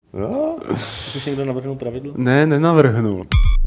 No. Už někdo navrhnul pravidlo? Ne, nenavrhnul.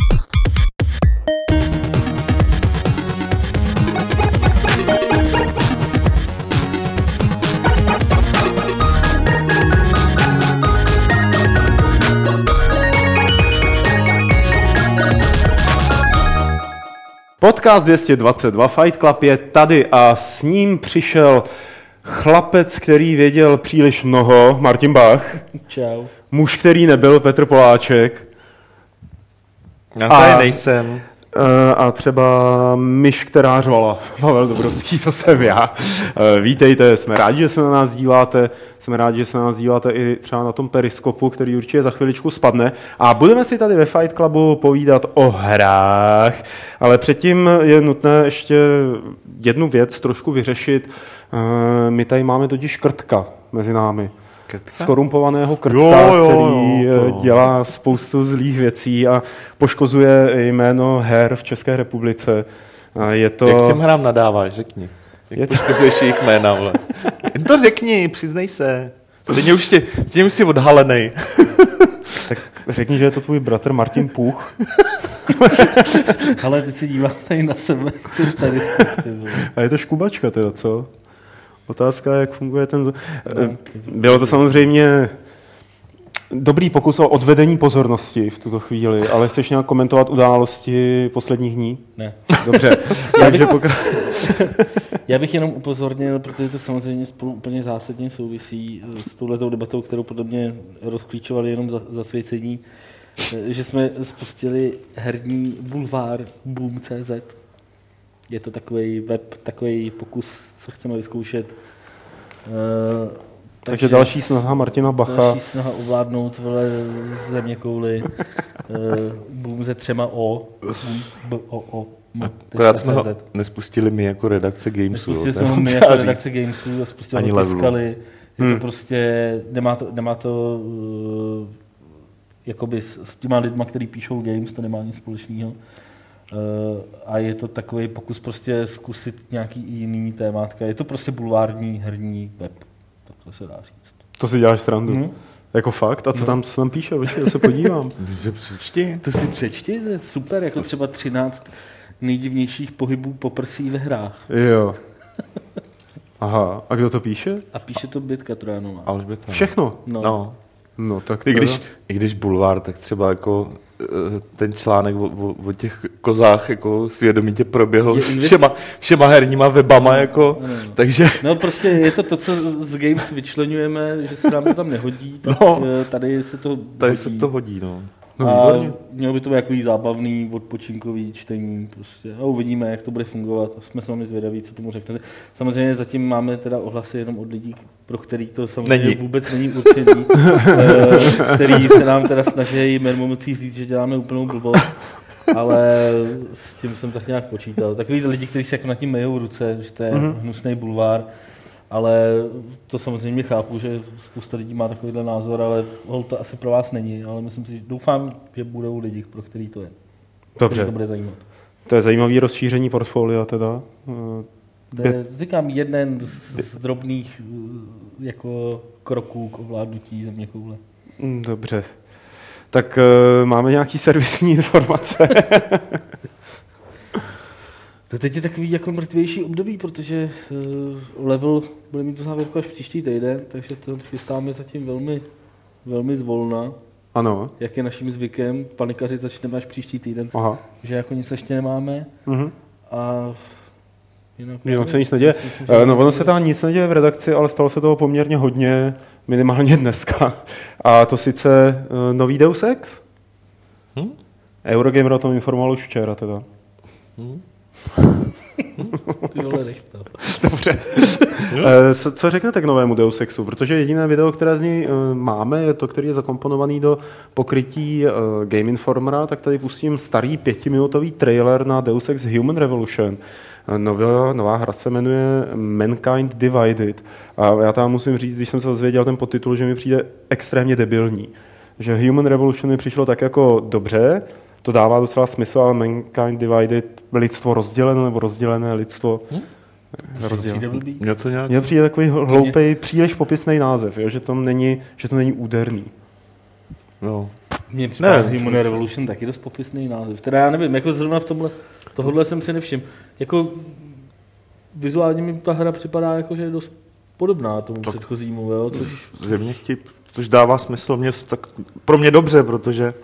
Podcast 222 Fight Club je tady a s ním přišel chlapec, který věděl příliš mnoho, Martin Bach. Čau. Muž, který nebyl, Petr Poláček. Já tady nejsem. A třeba myš, která řvala. Pavel Dobrovský, to jsem já. Vítejte, jsme rádi, že se na nás díváte. Jsme rádi, že se na nás díváte i třeba na tom periskopu, který určitě za chviličku spadne. A budeme si tady ve Fight Clubu povídat o hrách, ale předtím je nutné ještě jednu věc trošku vyřešit. My tady máme totiž krtka mezi námi. Skorumpovaného krtka, který dělá spoustu zlých věcí a poškozuje jméno her v České republice. Je to... Jak těm hrám nadáváš, řekni. Jak poškozuješ jejich jména, vle. Jen to řekni, přiznej se. Stejně už jsi odhalenej. Tak řekni, že je to tvůj bratr Martin Puch. Ale ty si dívám tady na sebe, ty z periskop. A je to škubačka teda, co? Otázka, jak funguje ten... Bylo to samozřejmě dobrý pokus o odvedení pozornosti v tuto chvíli, ale chceš nějak komentovat události posledních dní? Ne. Dobře. Já bych jenom upozornil, protože to samozřejmě spolu úplně zásadně souvisí s touhletou debatou, kterou podle mě rozklíčovali jenom zasvěcení, že jsme spustili herní bulvár Boom.cz. Je to takový web, takový pokus, co chceme vyzkoušet. Takže další snaha Martina Bacha. Další snaha ovládnout zeměkouli. Boom se 3 O. Akorát jsme ho nespustili my jako redakce Gamesu. Nespustili jsme ho my jako redakce Gamesu a spustili ho Tiskali. Je to prostě, nemá to jakoby s těma lidma, který píšou Games, to nemá nic společného. A je to takový pokus prostě zkusit nějaký jiný témátka. Je to prostě bulvární herní web. Takhle se dá říct. To si děláš srandu? Jako fakt? A co tam se tam píše? Já se podívám. To si přečti, to je super. Jako třeba 13 nejdivnějších pohybů poprsí ve hrách. Jo. Aha. A kdo to píše? A píše to Bětka Trojanová. Všechno? No tak i když bulvár, tak třeba jako ten článek o těch kozách jako svědomitě proběhl všema herníma webama, jako, takže... No prostě je to, co z Games vyčleňujeme, že se nám to tam nehodí, tak tady se to hodí. A mělo by to být jako zábavný, odpočinkový čtení prostě. A uvidíme, jak to bude fungovat. Jsme sami zvědaví, co tomu řeknete. Samozřejmě zatím máme teda ohlasy jenom od lidí, pro který to samozřejmě vůbec není určený, který se nám teda snaží mermomocí říct, že děláme úplnou blbost, ale s tím jsem tak nějak počítal. Takový lidi, kteří si jako nad tím mejou ruce, že to je hnusný bulvár, ale to samozřejmě chápu, že spousta lidí má takovýhle názor, ale to asi pro vás není, ale myslím si, že doufám, že budou lidi, pro který to je. Dobře. To bude zajímat. To je zajímavé rozšíření portfolia teda. Říkám, jeden z drobných jako kroků k ovládnutí zeměkoule. Dobře. Tak máme nějaký servisní informace. To teď je takový jako mrtvější období, protože level bude mít tu závěrku až příští týden, takže to chystáme zatím velmi, velmi zvolna. Ano. Jak je naším zvykem, panikařit začneme až příští týden, Aha. že jako nic ještě nemáme. A jinak se nic neděje. Ono se tam nic neděje v redakci, ale stalo se toho poměrně hodně, minimálně dneska. A to sice nový Deus Ex? Eurogamer o tom informoval už včera teda. Ty vole, nech to. Dobře. Co řeknete k novému Deus Exu? Protože jediné video, které z ní máme, je to, který je zakomponovaný do pokrytí Game Informera, tak tady pustím starý 5minutový trailer na Deus Ex Human Revolution. Nová hra se jmenuje Mankind Divided. A já tam musím říct, když jsem se dozvěděl ten podtitul, že mi přijde extrémně debilní. Že Human Revolution mi přišlo tak jako dobře, to dává docela smysl, ale Mankind Divided, lidstvo rozděleno nebo rozdělené lidstvo. Mně přijde takový hloupej, příliš popisný název, jo? Že to není úderný. No. Mně připadá Human Revolution taky dost popisný název. Teda já nevím, jako zrovna v tohle jsem si nevšiml. Jako vizuálně mi ta hra připadá jako, že je dost podobná tomu předchozímu, jo? Zjevně což dává smysl tak pro mě dobře, protože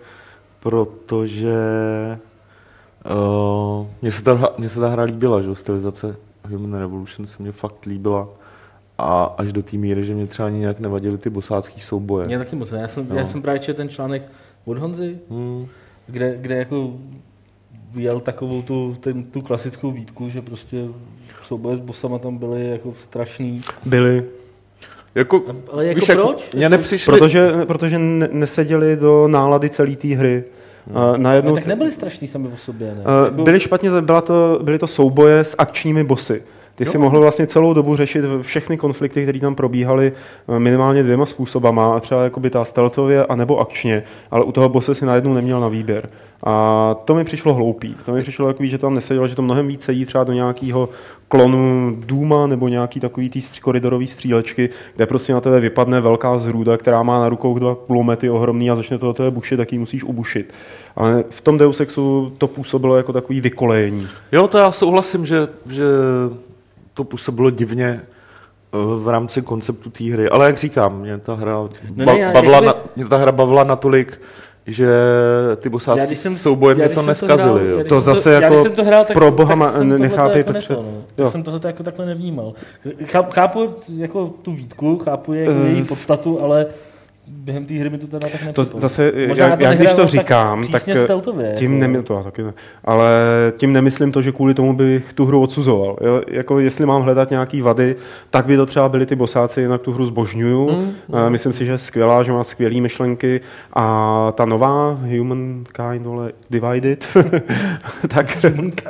mně se ta hra líbila, že stylizace Human Revolution se mně fakt líbila a až do té míry, že mě třeba ani nějak nevadily ty bosácký souboje. Mě taky moc. Já jsem právě četl ten článek od Honzy, kde jako vyjel takovou tu klasickou výtku, že prostě souboje s bossama tam byly jako strašný. Byly. Ale jako proč? Mě nepřišli... Protože neseděli do nálady celé té hry. Tak nebyli strašní sami o sobě, ne? Byly špatně, byly to souboje s akčními bossy. Ty si mohl vlastně celou dobu řešit všechny konflikty, které tam probíhaly minimálně 2 způsobama, třeba jakoby ta stealthově anebo akčně, ale u toho bosse si najednou neměl na výběr. A to mi přišlo hloupý. To mi přišlo takový, že tam nesedělo, že to mnohem víc sedí třeba do nějakého klonu Dooma nebo nějaký takový tý koridorový střílečky, kde prostě na tebe vypadne velká zhrůda, která má na rukou 2 kulomety ohromný a začne to do tebe bušit, tak ji musíš ubušit. Ale v tom Deus Exu to působilo jako takový vykolejení. Jo, to já souhlasím, že to působilo divně v rámci konceptu té hry, ale jak říkám, mě ta hra bavila natolik, že ty bosácký souboje mě to neskazily. To zase jako pro boha nechápej, Petře. Já jsem tohle jako takhle nevnímal. Chápu jako tu výtku, chápu její podstatu, ale během té hry mi to teda tak nepřipomíná. To zase, já když to říkám, tak tím ale tím nemyslím to, že kvůli tomu bych tu hru odsuzoval. Jo? Jako jestli mám hledat nějaký vady, tak by to třeba byly ty bosáci, jinak tu hru zbožňuju. Myslím si, že je skvělá, že má skvělý myšlenky a ta nová Humankind Divided tak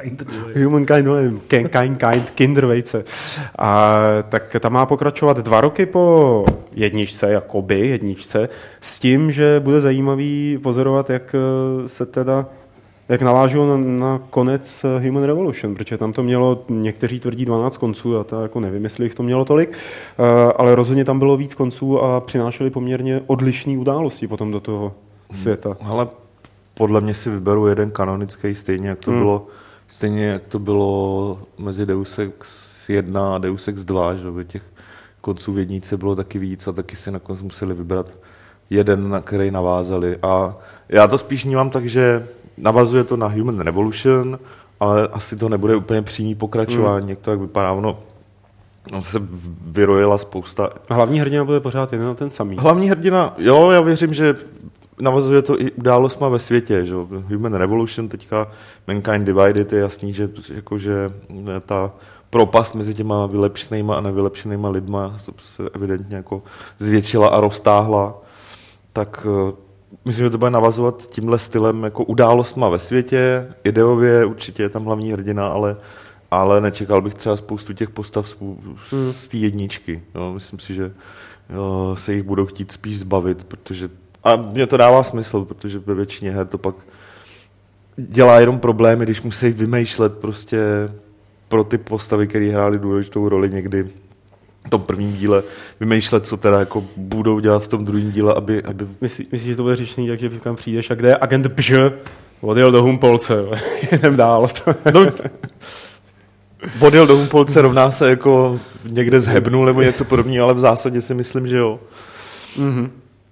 Humankind Kindervejce. A tak ta má pokračovat 2 roky po jedničce, s tím, že bude zajímavý pozorovat, jak navážou na konec Human Revolution, protože tam to mělo, někteří tvrdí 12 konců, já to jako nevím, jestli jich to mělo tolik, ale rozhodně tam bylo víc konců a přinášeli poměrně odlišné události potom do toho světa. Ale podle mě si vyberu jeden kanonický, stejně jak to bylo mezi Deus Ex 1 a Deus Ex 2, že těch konců v jedničce bylo taky víc a taky si nakonec museli vybrat jeden, na který navázali. A já to spíš vnímám tak, že navazuje to na Human Revolution, ale asi to nebude úplně přímý pokračování, jak to jak vypadá. Ono se vyrojila spousta... A hlavní hrdina bude pořád jeden ten samý. Hlavní hrdina, jo, já věřím, že navazuje to i událostma ve světě. Že? Human Revolution, teďka Mankind Divided, je jasný, že ta propast mezi těma vylepšenýma a nevylepšenýma lidma se evidentně jako zvětšila a roztáhla. Tak myslím, že to bude navazovat tímhle stylem jako událostma ve světě. Ideově určitě je tam hlavní hrdina, ale nečekal bych třeba spoustu těch postav z té jedničky. Jo, myslím si, že se jich budou chtít spíš zbavit, protože a mně to dává smysl, protože ve většině her to pak dělá jenom problémy, když musí vymýšlet prostě pro ty postavy, které hrály důležitou roli někdy v tom prvním díle, vymýšlet, co teda jako budou dělat v tom druhém díle, aby... Myslíš, že to bude řečený, takže kam přijdeš a kde je agent Bž? Odjel do Humpolce, jdem dál. Odjel do Humpolce rovná se jako někde zhebnul nebo něco podobného, ale v zásadě si myslím, že jo. Mhm.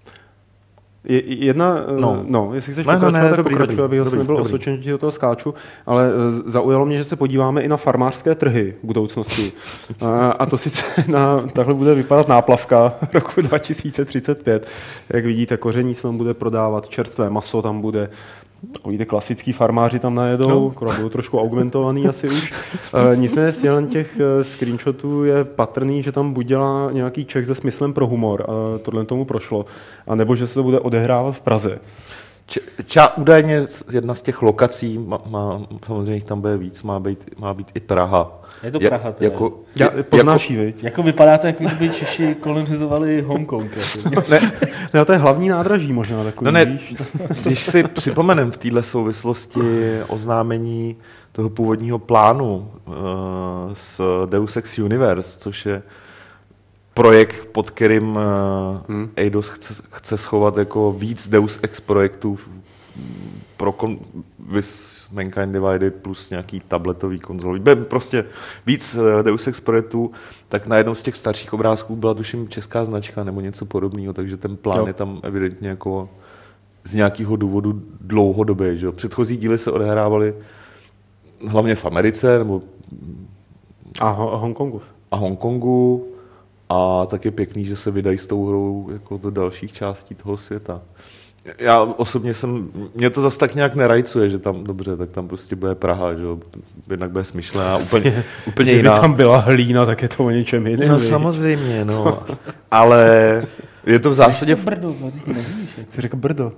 Jestli chceš pokračovat, tak pokračuji, abych zase nebyl osočen, že do toho skáču, ale zaujalo mě, že se podíváme i na farmářské trhy v budoucnosti. A to sice takhle bude vypadat náplavka roku 2035. Jak vidíte, koření se tam bude prodávat, čerstvé maso tam bude, klasický farmáři tam najedou, budou trošku augmentovaný asi už. Nicméně z těch screenshotů je patrný, že tam buď dělá nějaký Čech se smyslem pro humor, a tohle tomu prošlo, anebo že se to bude odehrávat v Praze. Údajně jedna z těch lokací, samozřejmě jich tam bude víc, má být i Praha. Je to Praha teda. Poznáš ji, viď? Jako vypadá to, jako kdyby Češi kolonizovali Hongkong. Ne, to je hlavní nádraží možná takový, víš? Když si připomenem v téhle souvislosti oznámení toho původního plánu z Deus Ex Universe, což je projekt, pod kterým Eidos chce schovat jako víc Deus Ex projektů pro Mankind Divided plus nějaký tabletový konzolový. Prostě víc Deus Ex projektů, tak na jednom z těch starších obrázků byla tuším česká značka nebo něco podobného, takže ten plán je tam evidentně jako z nějakého důvodu dlouhodobě. Že? Předchozí díly se odehrávaly hlavně v Americe nebo a Hongkongu. A Hongkongu. A tak je pěkný, že se vydají s tou hrou jako do dalších částí toho světa. Já osobně mě to zase tak nějak nerajcuje, že tam dobře, tak tam prostě bude Praha, že jo, jednak bude smyšlená, úplně jiná. Kdyby tam byla hlína, tak je to o něčem jiném. No samozřejmě, no, ale je to v zásadě... Brdo, nevíš. Jsi řekl Brdo.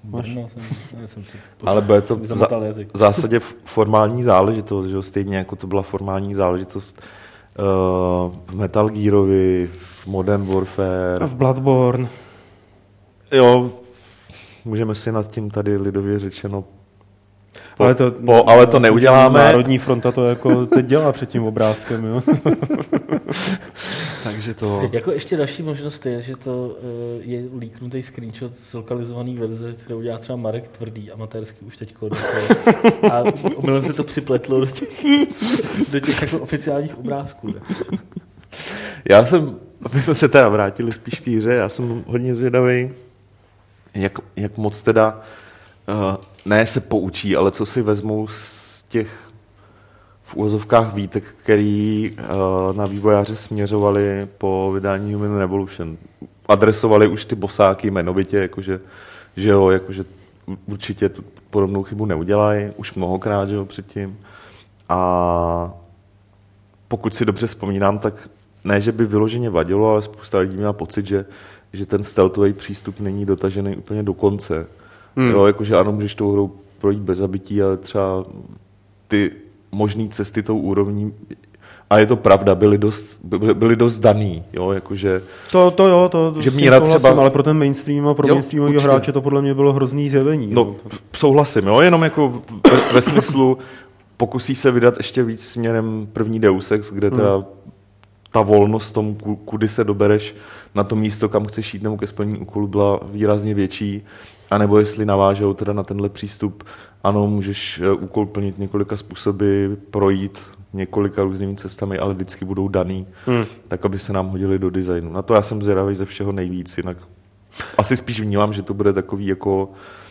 Ale bude to v zásadě formální záležitost, že jo, stejně jako to byla formální záležitost v Metal Gearovi, v Modern Warfare. A v Bloodborne. Jo, můžeme si nad tím tady lidově řečeno ale to neuděláme. Národní fronta to jako teď dělá před tím obrázkem, jo. Takže to... Jako ještě další možnost je, že to je líknutý screenshot z lokalizované verze, kterou udělá třeba Marek Tvrdý, amatérsky už teďko. A omylem se to připletlo do těch jako oficiálních obrázků. Ne? My jsme se teda vrátili spíš v té hře, já jsem hodně zvědavý, jak moc teda ne se poučí, ale co si vezmou z těch v úvozovkách výtek, který na vývojáře směřovali po vydání Human Revolution. Adresovali už ty bosáky jmenovitě, jakože určitě tu podobnou chybu neudělají, už mnohokrát, že jo, předtím. A pokud si dobře vzpomínám, tak ne, že by vyloženě vadilo, ale spousta lidí měla pocit, že ten stealthový přístup není dotažený úplně do konce. Jo, jakože ano, můžeš tou hrou projít bez zabití, ale třeba ty možné cesty tou úrovní, a je to pravda, byly dost daný, jo, jakože... To že míra třeba... ale pro ten mainstream a pro mainstreamový hráče to podle mě bylo hrozný zjevení. No, souhlasím, jo, jenom jako ve smyslu pokusí se vydat ještě víc směrem první Deus Ex, kde teda ta volnost tomu, kudy se dobereš na to místo, kam chceš jít nebo ke splnění úkolu, byla výrazně větší, anebo jestli navážou teda na tenhle přístup, ano, můžeš úkol plnit několika způsoby, projít několika různými cestami, ale vždycky budou daný, tak aby se nám hodili do designu. Na to já jsem zvědavý ze všeho nejvíc, jinak asi spíš vnímám, že to bude takový jako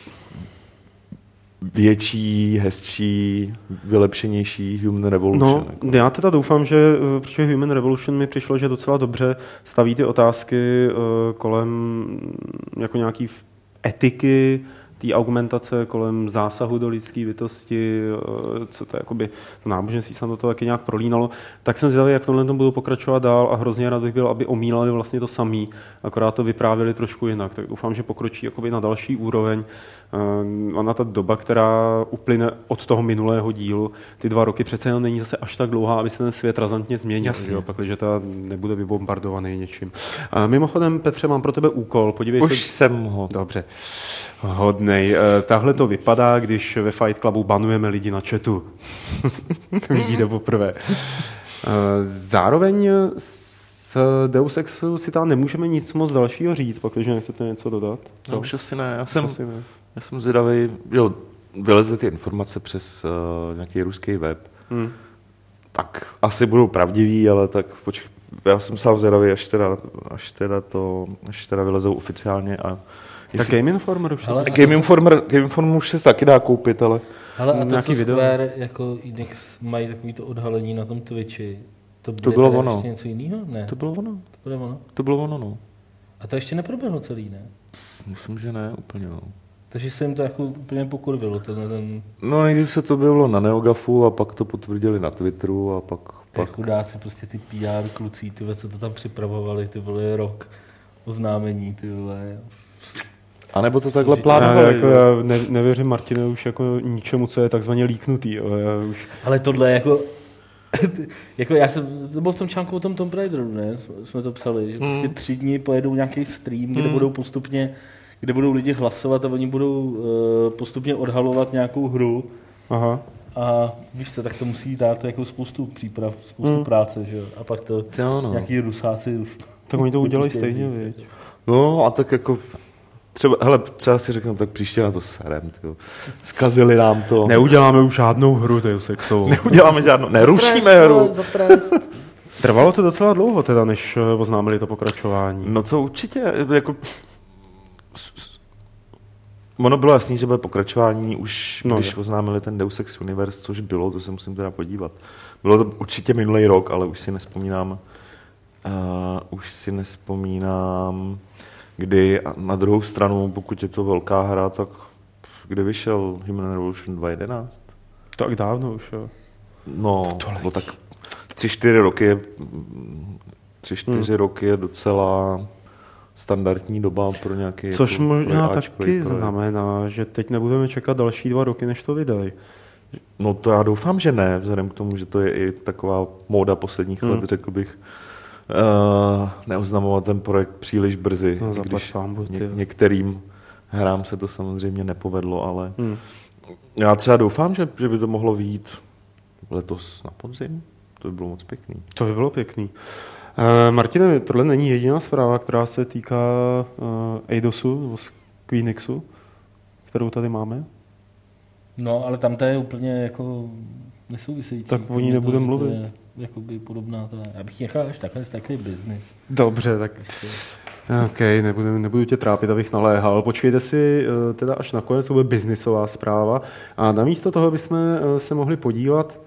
větší, hezčí, vylepšenější Human Revolution. No, jako. Já teda doufám, že protože Human Revolution mi přišlo, že docela dobře staví ty otázky kolem jako nějaký etiky, té augmentace kolem zásahu do lidské bytosti, co to jakoby to náboženství se do toho taky nějak prolínalo, tak jsem zvědavý, jak tohle budou pokračovat dál a hrozně rád bych byl, aby omílali vlastně to samý, akorát to vyprávěli trošku jinak. Tak doufám, že pokročí jakoby na další úroveň. Ona ta doba, která uplyne od toho minulého dílu, ty 2 roky přece jenom není zase až tak dlouhá, aby se ten svět razantně změnil, pakliže ta nebude vybombardovaný něčím. Mimochodem, Petře, mám pro tebe úkol. Podívej už jsem ho. Dobře. Hodnej. Tahle to vypadá, když ve Fight Clubu banujeme lidi na chatu. To vidíte poprvé. Zároveň s Deus Exu si tam nemůžeme nic moc dalšího říct, pakliže nechcete něco dodat. No, už asi ne. Já jsem zvědavý, jo, vyleze ty informace přes nějaký ruský web. Tak asi budou pravdivý, ale tak já jsem sám zvědavý, až teda vylezou oficiálně a tak Game Informer už Game Informer už se taky dá koupit, ale a to, co Square jako Enix mají takovýto odhalení na tom Twitchi, to bylo ono. Ještě něco jiného? Ne. To bylo ono. To bylo ono, no. A to ještě neproběhlo celý, ne? Myslím, že ne, úplně, no. Takže se jim to jako úplně pokurvilo. No, nejdřív se to bylo na NeoGafu a pak to potvrdili na Twitteru a pak... Chudáci, prostě ty PR kluci, ty co to tam připravovali, ty vole rok oznámení, ty vole. A nebo to takhle plánovali. Já nevěřím Martine už jako ničemu, co je takzvaně líknutý. Ale tohle jako... to bylo v tom článku o tom Tomb Raideru, ne? Jsme to psali, že prostě 3 dny pojedou nějaký stream, kde budou lidi hlasovat a oni budou postupně odhalovat nějakou hru. Aha. A víš co, tak to musí dát jako spoustu příprav, spoustu práce, že jo? A pak to nějaký rusáci Tak oni to udělají stejně, viď? No a tak jako třeba si řeknu, tak příště na to serem, tyjo. Zkazili nám to. Neuděláme už žádnou hru Deus Exovou. Neuděláme žádnou, nerušíme hru. Trvalo to docela dlouho teda, než oznámili to pokračování. No to určitě, jako... Ono bylo jasný, že bude pokračování už, když oznámili ten Deus Ex Universe, což bylo, to se musím teda podívat. Bylo to určitě minulý rok, ale už si nespomínám, kdy. A na druhou stranu, pokud je to velká hra, tak kdy vyšel Human Revolution 2.11? Tak dávno už, jo. No tak 3-4 roky je docela standardní doba pro nějaký... Což jako možná taky znamená, že teď nebudeme čekat další 2 roky, než to vydají. No to já doufám, že ne, vzhledem k tomu, že to je i taková móda posledních let, řekl bych, neoznamovat ten projekt příliš brzy, když některým hrám se to samozřejmě nepovedlo, ale já třeba doufám, že by to mohlo vyjít letos na podzim. To by bylo moc pěkný. To by bylo pěkný. Martine, tohle není jediná zpráva, která se týká Eidosu nebo Queenixu, kterou tady máme? No, ale tam to je úplně jako nesouvisející. Tak o ní nebudeme mluvit. To je jakoby podobná to. Já bych nechal až takhle takový biznis. Dobře, tak OK, nebudu tě trápit, abych naléhal. Počkejte si teda až nakonec, to bude biznisová zpráva. A namísto toho bychom se mohli podívat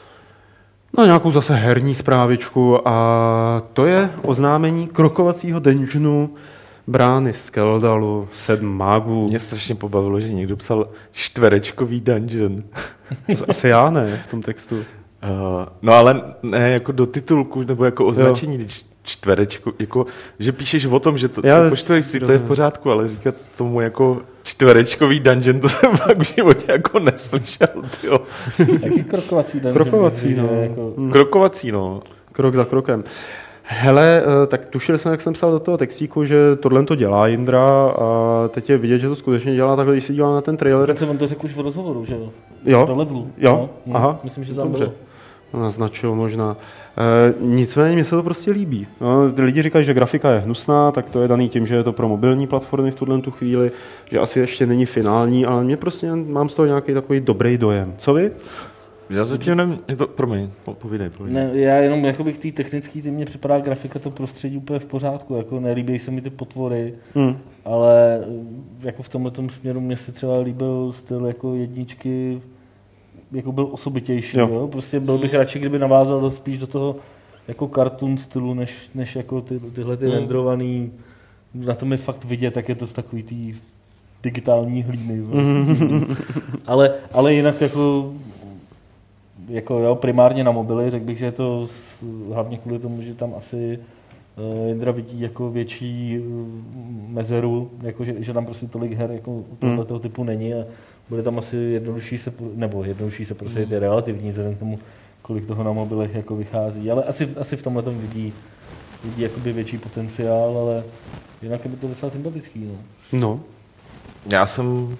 na nějakou zase herní zprávičku a to je oznámení krokovacího dungeonu Brány Skeldalu 7 mágů. Mě strašně pobavilo, že někdo psal čtverečkový dungeon. Asi já ne v tom textu. No ale ne jako do titulku nebo jako označení, když čtverečku, jako, že píšeš o tom, že to po čtverečku, to je v pořádku, ale říkat tomu jako čtverečkový dungeon, to jsem fakt v životě jako neslyšel, tyjo. Jaký krokovací dungeon? Krokovací, no. Krok za krokem. Hele, tak tušili jsme, jak jsem psal do toho textíku, že tohle to dělá Jindra a teď je vidět, že to skutečně dělá takhle, když se dívám na ten trailer. On to řekl už v rozhovoru, že jo? Jo? Do levelu. Jo? No, aha. Myslím, že tam bylo. Naznačil možná. Nicméně mně se to prostě líbí. No, lidi říkají, že grafika je hnusná, tak to je daný tím, že je to pro mobilní platformy v tuto chvíli, že asi ještě není finální, ale mě prostě mám z toho nějaký takový dobrý dojem. Co vy? Já zatím nevím, promiň, povídej. Ne, já jenom jakoby k té technické, ty mně připadá grafika, to prostředí úplně v pořádku, jako nelíbí se mi ty potvory, ale jako v tomhletom směru mně se třeba líbil styl jako jedničky, jako byl osobitější, jo? Prostě byl bych radši, kdyby navázal spíš do toho jako cartoon stylu, než jako tyhle ty rendrovaný, na tom je fakt vidět, tak je to z takový tý digitální hlíny. ale jinak jako jo, primárně na mobily, řekl bych, že je to hlavně kvůli tomu, že tam asi Jindra vidí jako větší mezeru, jako že tam prostě tolik her jako tohoto typu není a bude tam asi jednodušší se prostě je relativní vzhledem k tomu, kolik toho na mobilech jako vychází, ale asi v tomhle tom vidí jakoby větší potenciál, ale jinak je to docela sympatický. No. Já jsem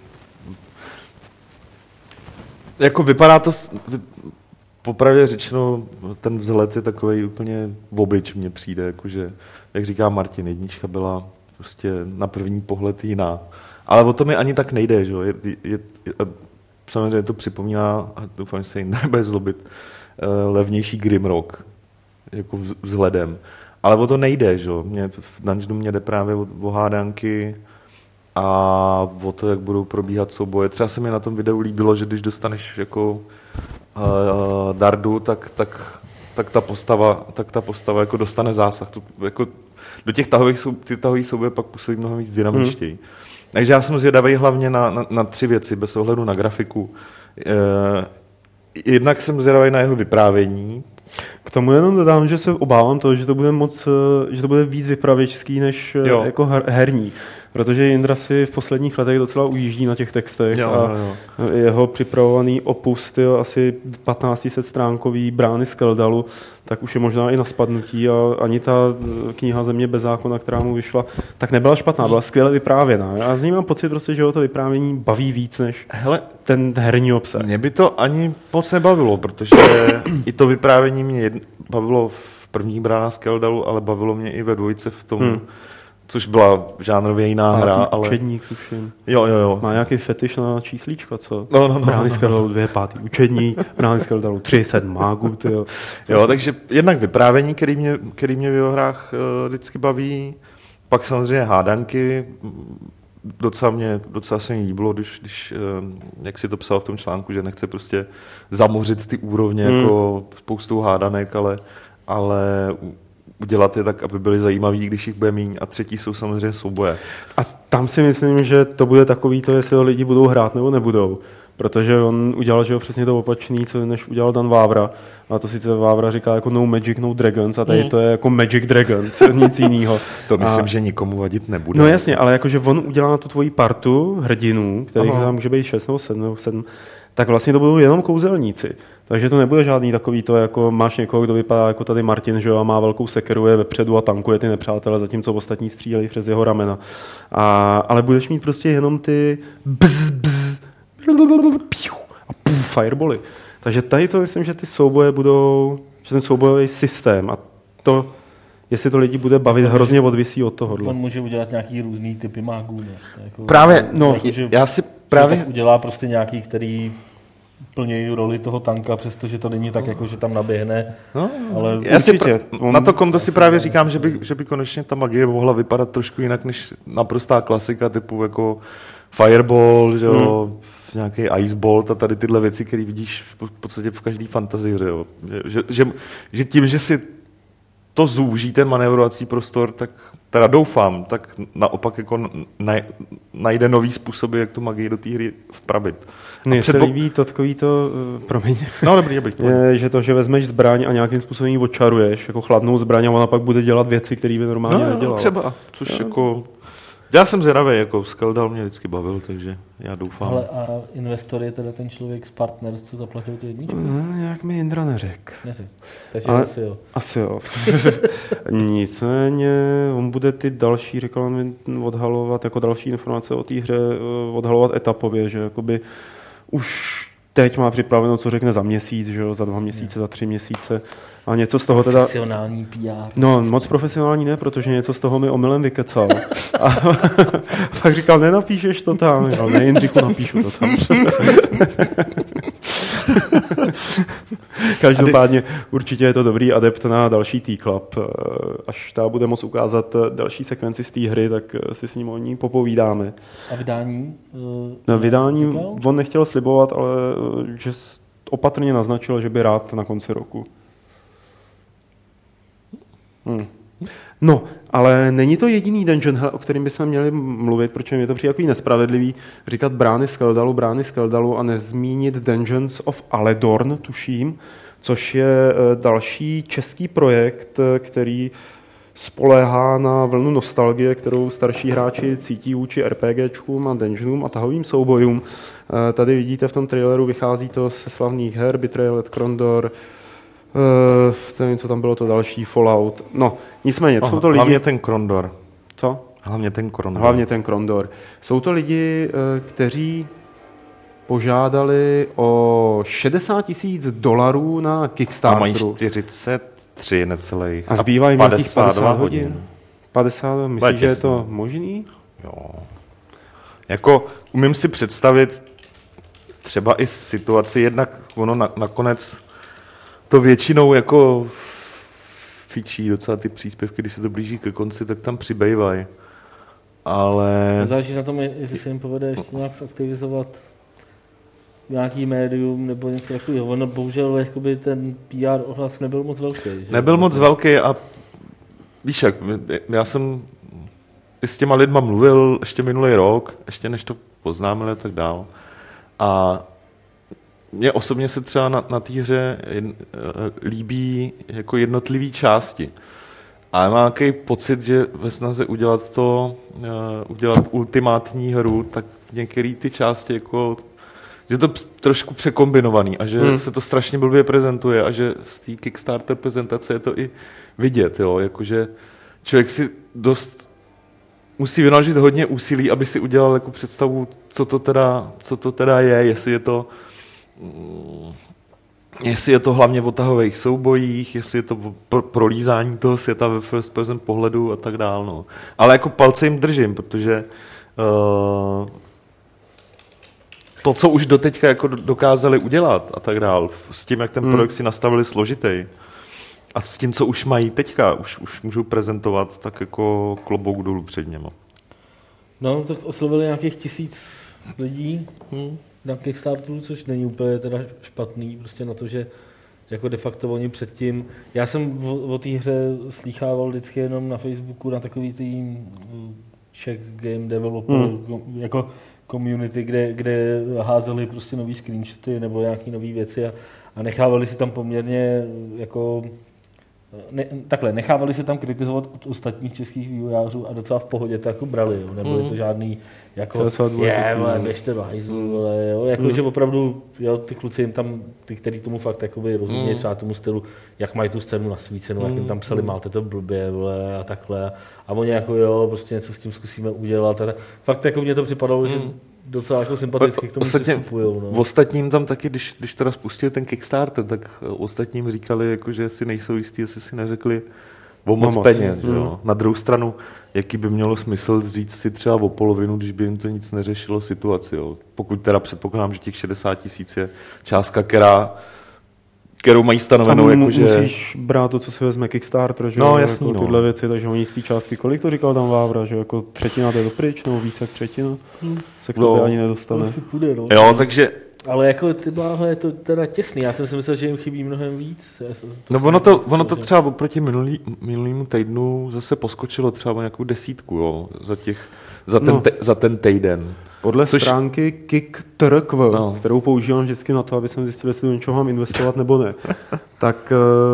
jako vypadá to popravdě řečeno, ten vzhled je takovej úplně obyč mně přijde, jakože, jak říká Martin, jednička byla prostě na první pohled jiná. Ale o to mi ani tak nejde, že jo. Samozřejmě to připomíná, a doufám, že se jim nebude zlobit, levnější Grimrock, jako vzhledem. Ale o to nejde, že jo. V dungeonu mě jde právě o hádanky a o to, jak budou probíhat souboje. Třeba se mi na tom videu líbilo, že když dostaneš jako dardu, tak ta postava jako dostane zásah. Jako do těch tahových souboje pak působí mnohem víc dynamičtěji. Takže já jsem zvědavý hlavně na 3 věci, bez ohledu na grafiku. Jednak jsem zvědavý na jeho vyprávění. K tomu jenom dodám, že se obávám toho, že to bude víc vypravěčský než jako herní. Protože Jindra si v posledních letech docela ujíždí na těch textech a jeho připravovaný opus, asi 1500 stránkový Brány Skeldalu, tak už je možná i na spadnutí a ani ta kniha Země bez zákona, která mu vyšla, tak nebyla špatná, byla skvěle vyprávěná. Já z ní mám pocit prostě, že ho to vyprávění baví víc než ten herní obsah. Mě by to ani moc nebavilo, protože i to vyprávění mě bavilo v v první brána Skeldalu, ale bavilo mě i ve dvojce v tom, což byla žánrově jiná hra, ale... Učedník, tuším. Jo. Má nějaký fetiš na číslíčka, co? No. Brány Skeldalu 2, 5. učedník, Brány Skeldalu 3, 7 mágů, tyjo. Jo, takže jednak vyprávění, který mě v jeho hrách vždycky baví, pak samozřejmě hádanky, docela se mi líbilo, když jak si to psal v tom článku, že nechce prostě zamořit ty úrovně jako spoustou hádanek, ale udělat je tak, aby byly zajímavý, když jich bude míň. A třetí jsou samozřejmě souboje. A tam si myslím, že to bude takový to, jestli ho lidi budou hrát nebo nebudou. Protože on udělal, že jo, přesně to opačný, co než udělal Dan Vávra. A to sice Vávra říká jako no magic, no dragons, a tady to je jako magic dragons, nic jiného. To myslím, že nikomu vadit nebude. No jasně, ale jakože on udělal na tu tvoji partu hrdinů, kterých tam může být 6 nebo 7, tak vlastně to budou jenom kouzelníci. Takže to nebude žádný takový to, jako máš někoho, kdo vypadá jako tady Martin, že jo, a má velkou sekeru, je vepředu a tankuje ty nepřátele, zatímco ostatní střílejí přes jeho ramena. Ale budeš mít prostě jenom ty a firebally. Takže tady to myslím, že ty souboje budou, že ten soubojový systém a to, jestli to lidi bude bavit, hrozně odvisí od toho. On může udělat nějaký různý typy mágů, ne? Jako, právě, no, jako, já si právě... udělá prostě nějaký, který plnějí roli toho tanka, přestože to není tak, jako, že tam naběhne. No, ale určitě. Na to konto si právě říkám, že by konečně ta magie mohla vypadat trošku jinak, než naprostá klasika typu jako Fireball, že jo, nějaký Icebolt a tady tyhle věci, které vidíš v podstatě v každé fantazii, jo. Že tím, že si to zúží ten manévrovací prostor, tak teda doufám, tak naopak jako najde nový způsoby, jak tu magii do té hry vpravit. Mně se líbí to takový to, promiň, no, dobrý. že to, že vezmeš zbraň a nějakým způsobem ji očaruješ, jako chladnou zbraň a ona pak bude dělat věci, které by normálně nedělala. Třeba, což jako... Já jsem zvědavý, jako Skeldal mě vždycky bavil, takže já doufám. Ale a investor je teda ten člověk z Partners, co zaplatil tu jedničku? Jak mi Jindra neřekl. Takže asi jo. Asi jo. Nicméně on bude ty další, říkal mi, odhalovat, jako další informace o té hře, odhalovat etapově, že jakoby už teď má připraveno, co řekne za měsíc, že jo, za 2 měsíce, za 3 měsíce. A něco z toho teda... Profesionální PR. No, moc profesionální ne, protože něco z toho mi omylem vykecal. A tak říkal, nenapíšeš to tam. Jo, ne, Jindřichu, napíšu to tam. Každopádně určitě je to dobrý adept na další T-Club. Až ta bude moct ukázat další sekvenci z té hry, tak si s ním o ní popovídáme. A vydání? Na vydání on nechtěl slibovat, ale že opatrně naznačil, že by rád na konci roku. No, ale není to jediný dungeon, o kterým bychom měli mluvit, protože mě to přijde takový nespravedlivý říkat brány Skeldalu a nezmínit Dungeons of Aledorn, tuším, což je další český projekt, který spoléhá na vlnu nostalgie, kterou starší hráči cítí vůči RPGčkům a dungeonům a tahovým soubojům. Tady vidíte v tom traileru, vychází to se slavných her, Betrayal at Krondor, nevím, co tam bylo to další, Fallout. No, nicméně, jsou to lidi... Hlavně ten Krondor. Co? Hlavně ten Krondor. Jsou to lidi, kteří požádali o $60,000 na Kickstarteru. A mají 43 necelých. A zbývá jim nějakých 50 hodin. 50, myslíš, že je to možný? Jo. Jako, umím si představit třeba i situaci, jednak ono nakonec to většinou jako fičí docela ty příspěvky, když se to blíží ke konci, tak tam přibývají. Ale... Záleží na tom, jestli se jim povede ještě nějak zaktivizovat nějaký médium nebo něco takového. Ono bohužel jakoby ten PR ohlas nebyl moc velký. Že? Nebyl moc velký a víš jak, já jsem s těma lidma mluvil ještě minulý rok, ještě než to poznámili a tak dál. A mně osobně se třeba na té hře líbí jako jednotlivý části. A mám nějaký pocit, že ve snaze udělat ultimátní hru, tak některé ty části jako, že to trošku překombinovaný a že se to strašně blbě prezentuje a že z té Kickstarter prezentace je to i vidět, jo, jakože člověk si dost musí vynaložit hodně úsilí, aby si udělal jako představu, co to teda je, jestli je to Jestli je to hlavně o tahových soubojích, jestli je to o prolízání toho světa ve first person pohledu a tak dál. No. Ale jako palce jim držím, protože to, co už doteďka jako dokázali udělat a tak dál, s tím, jak ten projekt si nastavili složitý a s tím, co už mají teďka, už můžou prezentovat, tak jako klobouk dolů před něma. No, tak oslovili nějakých 1000 lidí na Kickstarteru, což není úplně teda špatný, prostě na to, že jako de facto oni předtím, já jsem o té hře slýchával vždycky jenom na Facebooku, na takový tý Czech Game Developer jako community, kde házeli prostě nový screenshoty nebo nějaký nový věci a nechávali si tam poměrně jako nechávali se tam kritizovat od ostatních českých vývojářů a docela v pohodě to jako brali, jo. Nebyly to žádný jako běžte do hajzlu, jako že opravdu jo, ty kluci jim tam, ty, který tomu fakt jakoby rozumějí třeba tomu stylu, jak mají tu scénu nasvícenou, jak jim tam psali, máte to blbě a takhle a oni jako jo, prostě něco s tím zkusíme udělat a fakt jako mně to připadalo, že docela jako sympaticky k tomu přistupujou. No. V ostatním tam taky, když teda spustili ten Kickstarter, tak ostatním říkali, jako, že si nejsou jistí, jestli si neřekli o moc peněz. Jo. Na druhou stranu, jaký by mělo smysl říct si třeba o polovinu, když by jim to nic neřešilo situaci. Jo. Pokud teda předpokládám, že těch 60 000 je částka, kterou mají stanovenou. Musíš brát to, co si vezme Kickstarter, že no, jasný, jako tyhle věci, takže oni z té částky, kolik to říkal tam Vávra, že jako třetina to je dopryč, nebo více jak třetina, se k tobě ani nedostane. Půjde, no. Jo, takže... Ale jako ty bláhle je to teda těsný, já jsem si myslel, že jim chybí mnohem víc. No ono to třeba oproti minulýmu týdnu zase poskočilo třeba o nějakou 10, jo, za ten týden. Podle stránky Kick.trq, kterou používám vždycky na to, aby jsem zjistil, jestli do něčeho mám investovat nebo ne, tak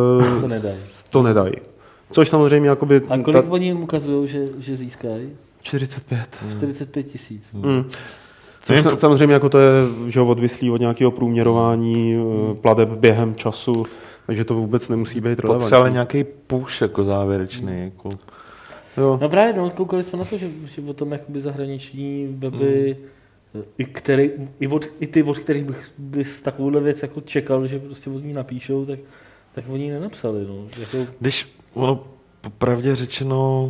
to nedají. Což samozřejmě jakoby... A kolik oni jim ukazují, že získají? 45. 45 000. Což samozřejmě jako to je že odvislý od nějakého průměrování plateb během času, takže to vůbec nemusí být relevantní. Potřebuje nějaký push jako závěrečný. Jako... Jo. No právě, koukali jsme na to, že o tom jakoby zahraniční weby, i ty, od kterých bys takovouhle věc jako čekal, že prostě od ní napíšou, tak oni ji nenapsali. No. Jako... Když ono popravdě řečeno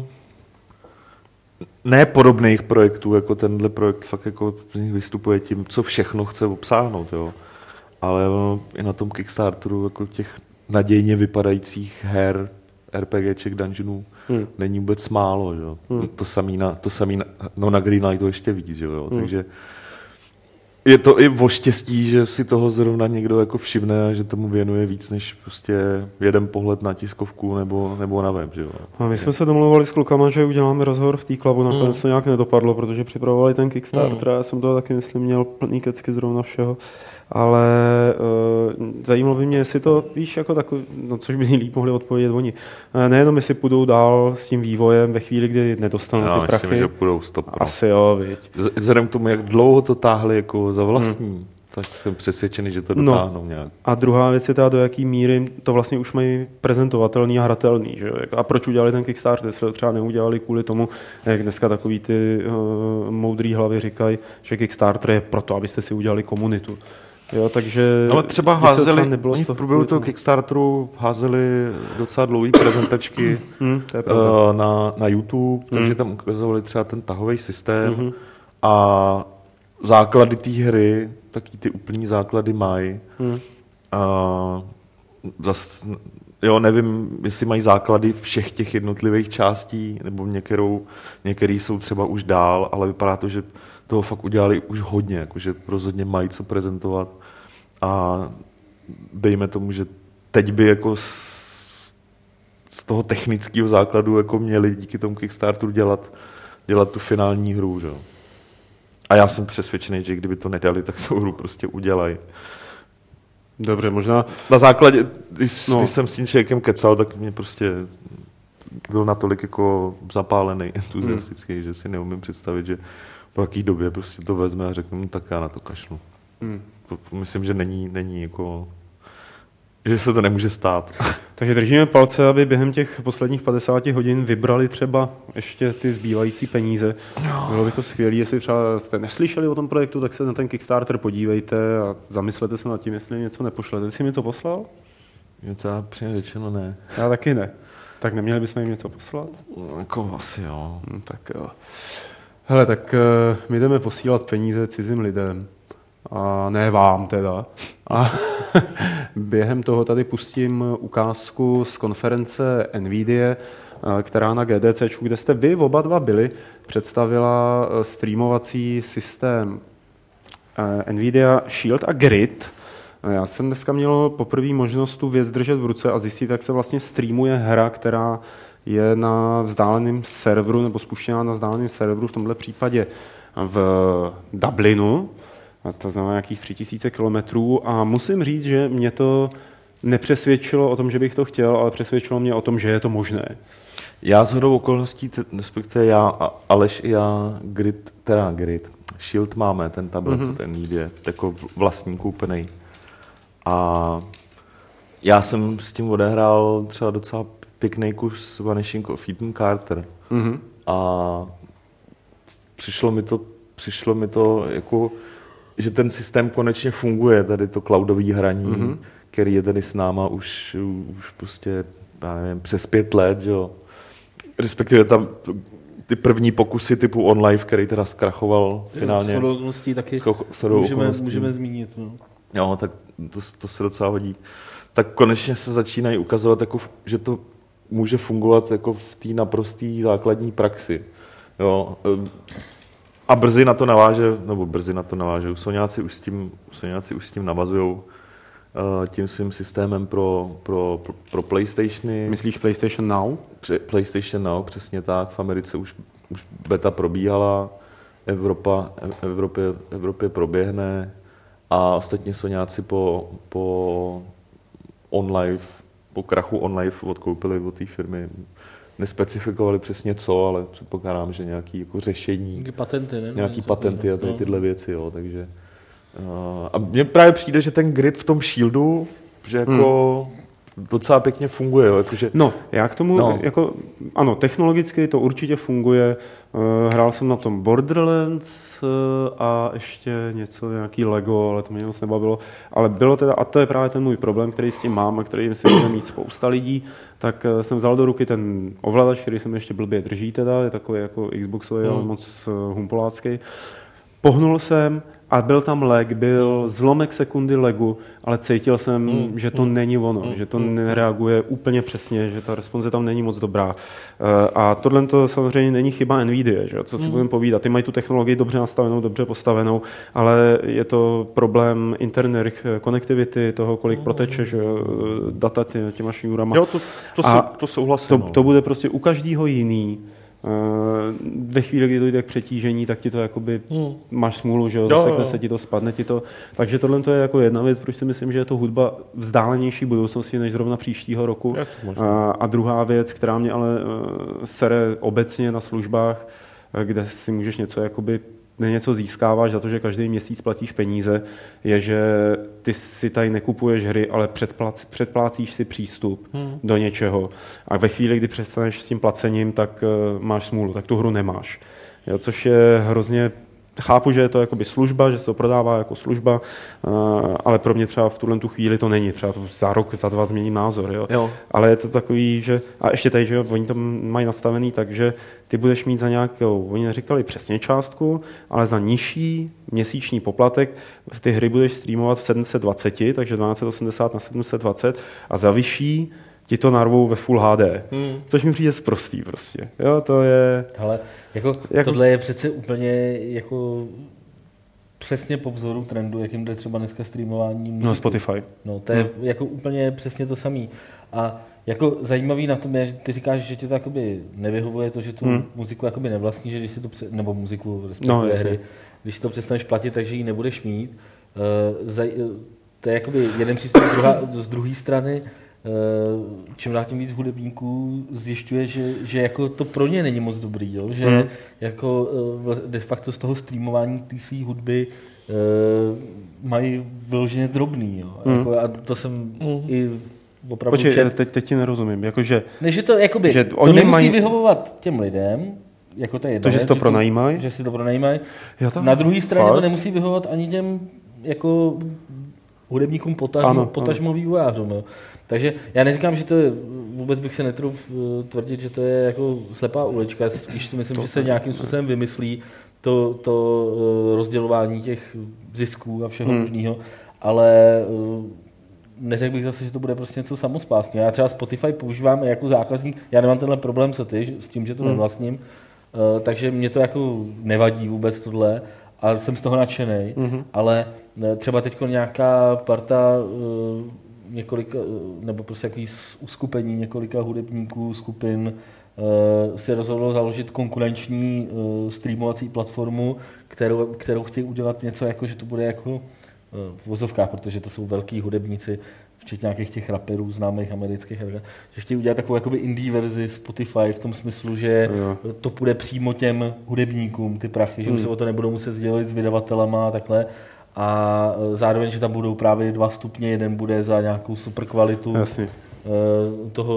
ne podobných projektů, jako tenhle projekt fakt jako vystupuje tím, co všechno chce obsáhnout, jo. Ale ono, i na tom Kickstarteru jako těch nadějně vypadajících her, RPGček, dungeonů, není vůbec málo, jo. To samý na Greenlightu ještě víc, jo. Takže je to i o štěstí, že si toho zrovna někdo jako všimne a že tomu věnuje víc než prostě jeden pohled na tiskovku nebo na web. Že jo? A my jsme se domluvali s klukama, že uděláme rozhovor v té Clubu, nakonec to nějak nedopadlo, protože připravovali ten Kickstarter, já jsem toho taky myslím měl plný kecky zrovna všeho, ale zajímalo by mě, jestli to, víš, jako takový, no což by líp mohli odpovědět oni, nejenom jestli půjdou dál s tím vývojem ve chvíli, kdy nedostanou ty prachy. Myslím, že půjdou stop. Asi jo, viď. Vzhledem k tomu, jak dlouho to táhli jako za vlastní, tak jsem přesvědčený, že to dotáhnou nějak. A druhá věc je teda, do jaký míry to vlastně už mají prezentovatelný a hratelný. Že? A proč udělali ten Kickstarter? Jestli to třeba neudělali kvůli tomu, jak dneska takový ty moudrý hlavy říkají, že Kickstarter je proto, abyste si udělali komunitu. Jo, takže ale třeba házeli, oni v průběhu toho Kickstarteru házeli docela dlouhý prezentačky na YouTube, takže tam ukazovali třeba ten tahový systém a základy té hry, taky ty úplný základy mají. Jo, nevím, jestli mají základy všech těch jednotlivých částí, nebo některý jsou třeba už dál, ale vypadá to, že toho fakt udělali už hodně, jakože rozhodně mají co prezentovat a dejme tomu, že teď by jako z toho technického základu jako měli díky tomu Kickstarteru dělat tu finální hru, že? A já jsem přesvědčený, že kdyby to nedali, tak tu hru prostě udělají. Dobře, možná... Na základě, když jsem s tím člověkem kecal, tak mě prostě byl natolik jako zapálený, entuziastický, že si neumím představit, že po jaký době prostě to vezme a řeknu, tak já na to kašlu. Myslím, že není jako... že se to nemůže stát. Takže držíme palce, aby během těch posledních 50 hodin vybrali třeba ještě ty zbývající peníze. Bylo by to skvělé, jestli třeba jste neslyšeli o tom projektu, tak se na ten Kickstarter podívejte a zamyslete se nad tím, jestli něco nepošlete. Jsi mi něco poslal? Něco přímě řečeno ne. Já taky ne. Tak neměli bychom jim něco poslat? Jako asi jo. Tak jo. Hele, tak my jdeme posílat peníze cizím lidem. A ne vám teda. A během toho tady pustím ukázku z konference NVIDIA, která na GDCčku, kde jste vy oba dva byli, představila streamovací systém NVIDIA Shield a Grid. Já jsem dneska měl poprvé možnost tu věc držet v ruce a zjistit, jak se vlastně streamuje hra, která je na vzdáleném serveru nebo spuštěná na vzdáleném serveru, v tomhle případě v Dublinu. A to znamená nějakých 3000 kilometrů a musím říct, že mě to nepřesvědčilo o tom, že bych to chtěl, ale přesvědčilo mě o tom, že je to možné. Já shodou okolností, respektive já, Aleš i já, Grid, Shield máme, ten tablet, ten je jako vlastní koupený. A já jsem s tím odehrál třeba docela pěkný kus Vanishing of Ethan Carter. A přišlo mi to jako, že ten systém konečně funguje, tady to cloudové hraní, který je tady s náma už prostě, já nevím, přes 5 let, že jo. Respektive tam ty první pokusy typu OnLive, který teda zkrachoval finálně. Shodou okolností taky můžeme zmínit. No. Jo, tak to se docela hodí. Tak konečně se začínají ukazovat, jako, že to může fungovat jako v té naprosté základní praxi. Jo. A brzy na to naváže. Soňáci už s tím navazují tím svým systémem pro PlayStationy. Myslíš PlayStation Now? PlayStation Now, přesně tak. V Americe už beta probíhala, Evropě proběhne a ostatně Soňáci po OnLive, po krachu OnLive odkoupili od té firmy. Nespecifikovali přesně co, ale předpokládám, že nějaké jako řešení, nějaký patenty a tyhle věci, jo, takže a mně právě přijde, že ten Grid v tom Shieldu, že jako docela pěkně funguje. Jo, jakože, já k tomu, ano, technologicky to určitě funguje. Hrál jsem na tom Borderlands a ještě nějaký Lego, ale to mě moc nebavilo. Ale bylo teda, a to je právě ten můj problém, který s tím mám a který si bude mít spousta lidí, tak jsem vzal do ruky ten ovladač, který se mi ještě blbě drží teda, je takový jako Xboxový, ale moc humpolácký. Pohnul jsem a byl tam lag, byl zlomek sekundy lagu, ale cítil jsem, že to není ono, že to nereaguje úplně přesně, že ta response tam není moc dobrá. A tohle to samozřejmě není chyba NVIDIA, že? Co si budeme povídat. Ty mají tu technologii dobře nastavenou, dobře postavenou, ale je to problém internet konektivity, toho, kolik proteče, že? Data těma šňůrama. Jo, to souhlasím. To bude prostě u každého jiný. Ve chvíli, kdy dojde k přetížení, tak ti to jakoby máš smůlu, že jo, zasekne se ti to, spadne ti to. Takže tohle to je jako jedna věc, proč si myslím, že je to hudba vzdálenější budoucnosti než zrovna příštího roku. A druhá věc, která mě ale sere obecně na službách, kde si můžeš něco získáváš za to, že každý měsíc platíš peníze, je, že ty si tady nekupuješ hry, ale předplácíš si přístup do něčeho. A ve chvíli, kdy přestaneš s tím placením, tak máš smůlu, tak tu hru nemáš. Jo, což je hrozně... Chápu, že je to jakoby služba, že se to prodává jako služba, ale pro mě třeba v tu chvíli to není. Třeba to za rok, za 2 změním názor. Jo? Ale je to takový, že... A ještě tady, že oni to mají nastavený tak, že ty budeš mít za nějakou... Oni neříkali přesně částku, ale za nižší měsíční poplatek ty hry budeš streamovat v 720, takže 1280 na 720 a za vyšší ti to narvou ve Full HD, což mi přijde sprostý prostě. Jo, to je... Ale tohle je přece úplně jako přesně po vzoru trendu, jakým jde třeba dneska streamování muziky. No, Spotify. No, to je jako úplně přesně to samý. A jako zajímavý na tom je, že ty říkáš, že ti to jakoby nevyhovuje to, že tu muziku jakoby nevlastní, že když si to nebo muziku, respektive hry, když si to přestaneš platit, takže ji nebudeš mít. To je jakoby jeden přístup z druhé strany. čím dál tím víc hudebníků zjišťuje, že jako to pro ně není moc dobrý, jo? Že jako de facto z toho streamování té své hudby mají vyloženě drobný. Jo? Jako, a to jsem i opravdu teď ti nerozumím. Jakože, ne, že to, jakoby, že to nemusí vyhovovat těm lidem, jako to je jedno, že si to pronajímají. Že si to pronajímají. Na druhé straně to nemusí vyhovovat ani těm jako hudebníkům potažmo vývojářům. Jo. Takže já neříkám, že to je, vůbec bych se netrouf tvrdit, že to je jako slepá ulička, spíš si myslím, že se nějakým způsobem vymyslí to rozdělování těch zisků a všeho možného, ale neřekl bych zase, že to bude prostě něco samospásného. Já třeba Spotify používám jako zákazník, já nemám tenhle problém co ty, s tím, že to nevlastním, takže mě to jako nevadí vůbec tohle a jsem z toho nadšenej, ale třeba teď nějaká parta několika, nebo prostě jaký uskupení několika hudebníků, skupin si rozhodlo založit konkurenční streamovací platformu, kterou chtějí udělat něco jako, že to bude jako v vozovkách, protože to jsou velký hudebníci, včetně nějakých těch raperů známých amerických, že chtějí udělat takovou jakoby indie verzi Spotify v tom smyslu, že to půjde přímo těm hudebníkům, ty prachy, že už se o to nebudou muset sdělit s vydavatelama a takhle. A zároveň, že tam budou právě 2 stupně, jeden bude za nějakou super kvalitu toho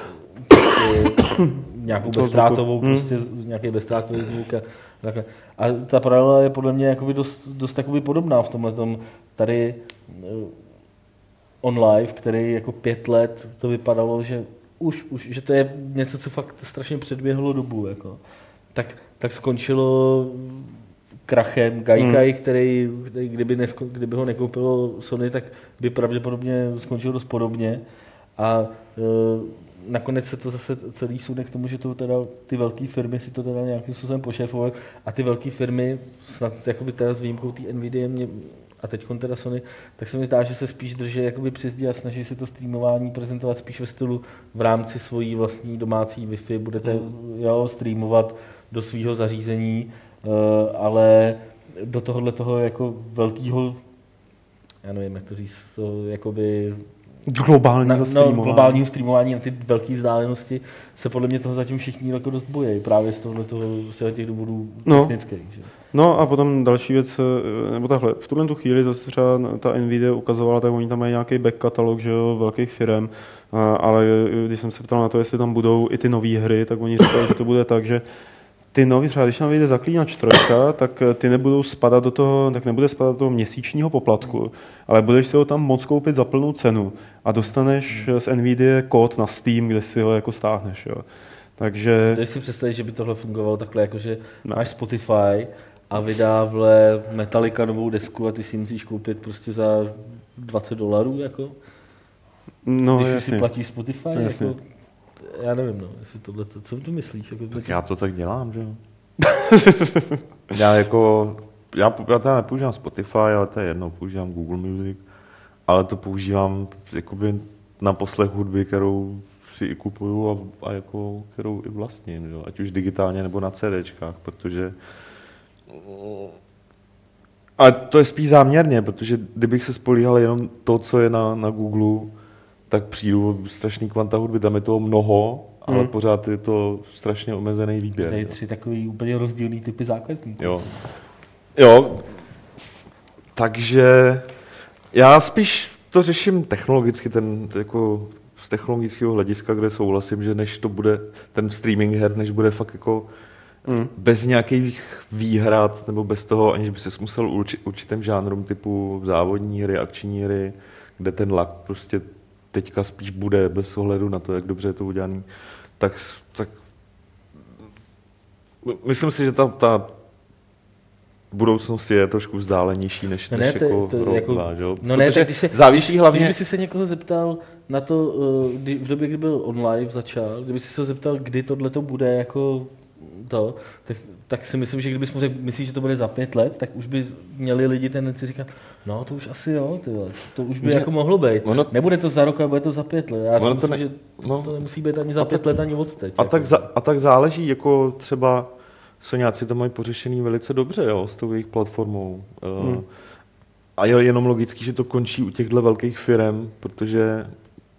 nějakou bezdrátovou, prostě nějaký bezdrátový zvuk a takhle. A ta paralela je podle mě jakoby dost takoby podobná v tomhletom. Tady OnLive, který jako 5 let to vypadalo, že už že to je něco, co fakt strašně předběhlo dobu, jako. Tak skončilo krachem. Gaikai, který kdyby ho nekoupilo Sony, tak by pravděpodobně skončil dost podobně. A nakonec se to zase celý sude k tomu, že to teda ty velké firmy si to teda nějakým způsobem pošéfovaly a ty velké firmy, snad jakoby teda s výjimkou té Nvidia a teď teda Sony, tak se mi zdá, že se spíš drží jakoby při zdi a snaží si to streamování prezentovat spíš ve stylu v rámci svojí vlastní domácí Wi-Fi, budete streamovat do svého zařízení, ale do tohoto jako velkého, já nevím, jak to říct, to jakoby globálního streamování na ty velké vzdálenosti se podle mě toho zatím všichni jako dost bojí, právě z těch důvodů technických. Že? No a potom další věc, nebo takhle, v tuhle chvíli to se třeba ta Nvidia ukazovala, tak oni tam mají nějaký back katalog, že jo, velkých firm, ale když jsem se ptal na to, jestli tam budou i ty nové hry, tak oni říkali, že to bude tak, že ty nový, třeba když tam vyjde Zaklínač 3, tak ty nebudou spadat do toho, tak nebude spadat do toho měsíčního poplatku, ale budeš si ho tam moc koupit za plnou cenu a dostaneš z Nvidia kód na Steam, kde si ho jako stáhneš, jo. Takže... Když si představíš, že by tohle fungovalo takhle, jakože máš Spotify a vydá vle Metallica novou desku a ty si musíš koupit prostě za $20, jako? No, když jasně. si platíš Spotify, jako... Já nevím, no, jestli tohle, co ty myslíš? Jako tak já to tak dělám, že jo. Já teda nepoužívám Spotify, ale to je jedno, používám Google Music, ale to používám jakoby na poslech hudby, kterou si i kupuju a jako, kterou i vlastním, že? Ať už digitálně nebo na CDčkách, protože a to je spíš záměrně, protože kdybych se spolíhal jenom to, co je na Google, tak přijdu strašný kvanta hudby, tam je toho mnoho, ale pořád je to strašně omezený výběr. Tady 3 takový úplně rozdílný typy zákazníků. Jo. Takže já spíš to řeším technologicky, jako z technologického hlediska, kde souhlasím, že než to bude ten streaming her, než bude fakt jako bez nějakých výhrad, nebo bez toho, aniž by se musel určitým žánrům typu závodní hry, akční hry, kde ten lak prostě teďka spíš bude bez ohledu na to, jak dobře je to udělaný, tak myslím si, že ta budoucnost je trošku vzdálenější než jako rok, že jo? No ne, tak závisí hlavně... Když by si se někoho zeptal na to, v době, kdy byl OnLive začal, kdyby si se zeptal, kdy tohleto bude jako to, tak si myslím, že kdybys mu řekl, myslíš, že to bude za 5 let, tak už by měli lidi tendenci říkat, no to už asi jo, tyhle, to už by jako mohlo být. Nebude to za rok, ale bude to za 5 let. Já si myslím, že to nemusí být ani za 5 let, ani od teď. A tak záleží, jako třeba Soňáci to mají pořešený velice dobře, jo, s tou jejich platformou. A je jenom logický, že to končí u těchto velkých firem, protože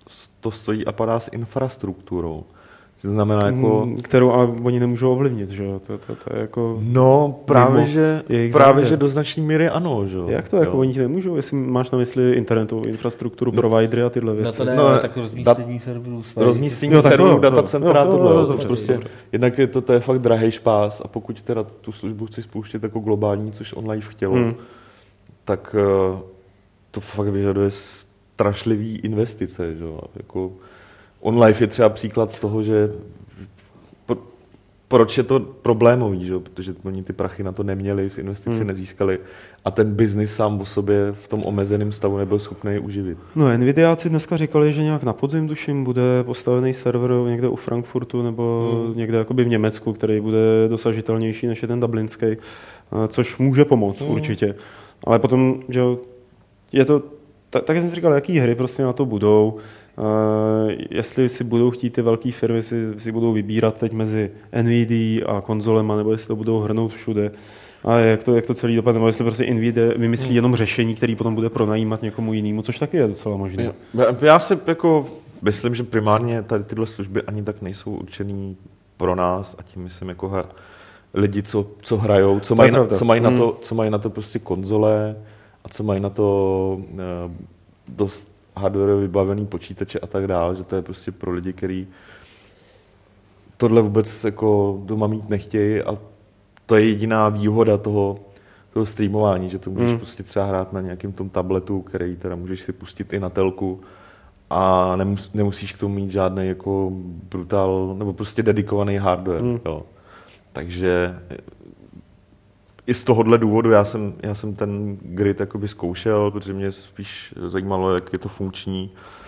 to stojí a padá s infrastrukturou. To znamená jako... Kterou ale oni nemůžou ovlivnit, že jo? To je jako... No, právě že do značné míry ano, že jo? Jak to, jako oni nemůžou? Jestli máš na mysli internetovou infrastrukturu, providery a tyhle věci. No to ne, tak rozmístění serverů. Rozmístění serverů, datacentra, tohle. Prostě, jednak to je fakt drahej špás a pokud teda tu službu chci spouštět jako globální, což OnLive chtělo, tak to fakt vyžaduje strašlivý investice, že jo? Jako OnLive je třeba příklad toho, že proč je to problémový, že? Protože oni ty prachy na to neměli, z investice nezískali a ten biznis sám o sobě v tom omezeném stavu nebyl schopný je uživit. No, Nvidiáci dneska říkali, že nějak na podzim, tuším, bude postavený server někde u Frankfurtu nebo někde jakoby v Německu, který bude dosažitelnější než je ten dublinský, což může pomoct určitě. Ale potom, že je to, tak jsem si říkal, jaký hry prostě na to budou. Jestli si budou chtít ty velké firmy si budou vybírat teď mezi NVIDIA a konzolema, nebo jestli to budou hrnout všude. A jak to celý dopadne, nebo jestli prostě NVIDIA vymyslí jenom řešení, který potom bude pronajímat někomu jinému, což taky je docela možné. Já si jako myslím, že primárně tady tyhle služby ani tak nejsou určený pro nás a tím myslím jako lidi, co hrajou, co mají na to prostě konzole a co mají na to dost hardware vybavený počítače a tak dále, že to je prostě pro lidi, kteří tohle vůbec jako doma mít nechtějí a to je jediná výhoda toho streamování, že to můžeš prostě třeba hrát na nějakém tom tabletu, který teda můžeš si pustit i na telku a nemusíš k tomu mít žádný jako brutál nebo prostě dedikovaný hardware. Jo. Takže i z tohohle důvodu já jsem ten grid jakoby zkoušel, protože mě spíš zajímalo, jak je to funkční.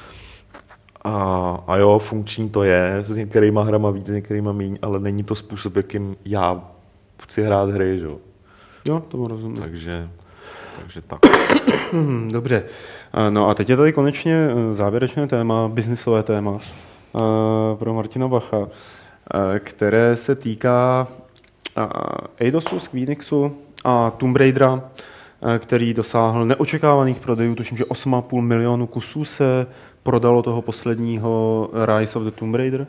A jo, funkční to je, s některýma hrama víc, s některýma míň, ale není to způsob, jakým já chci hrát hry, že? Jo, tomu rozumím. Takže tak. Dobře. No a teď je tady konečně závěrečné téma, biznisové téma pro Martina Bacha, které se týká Eidosu, Squeenixu a Tomb Raidera, který dosáhl neočekávaných prodejů, tuším, že 8,5 milionu kusů se prodalo toho posledního Rise of the Tomb Raider.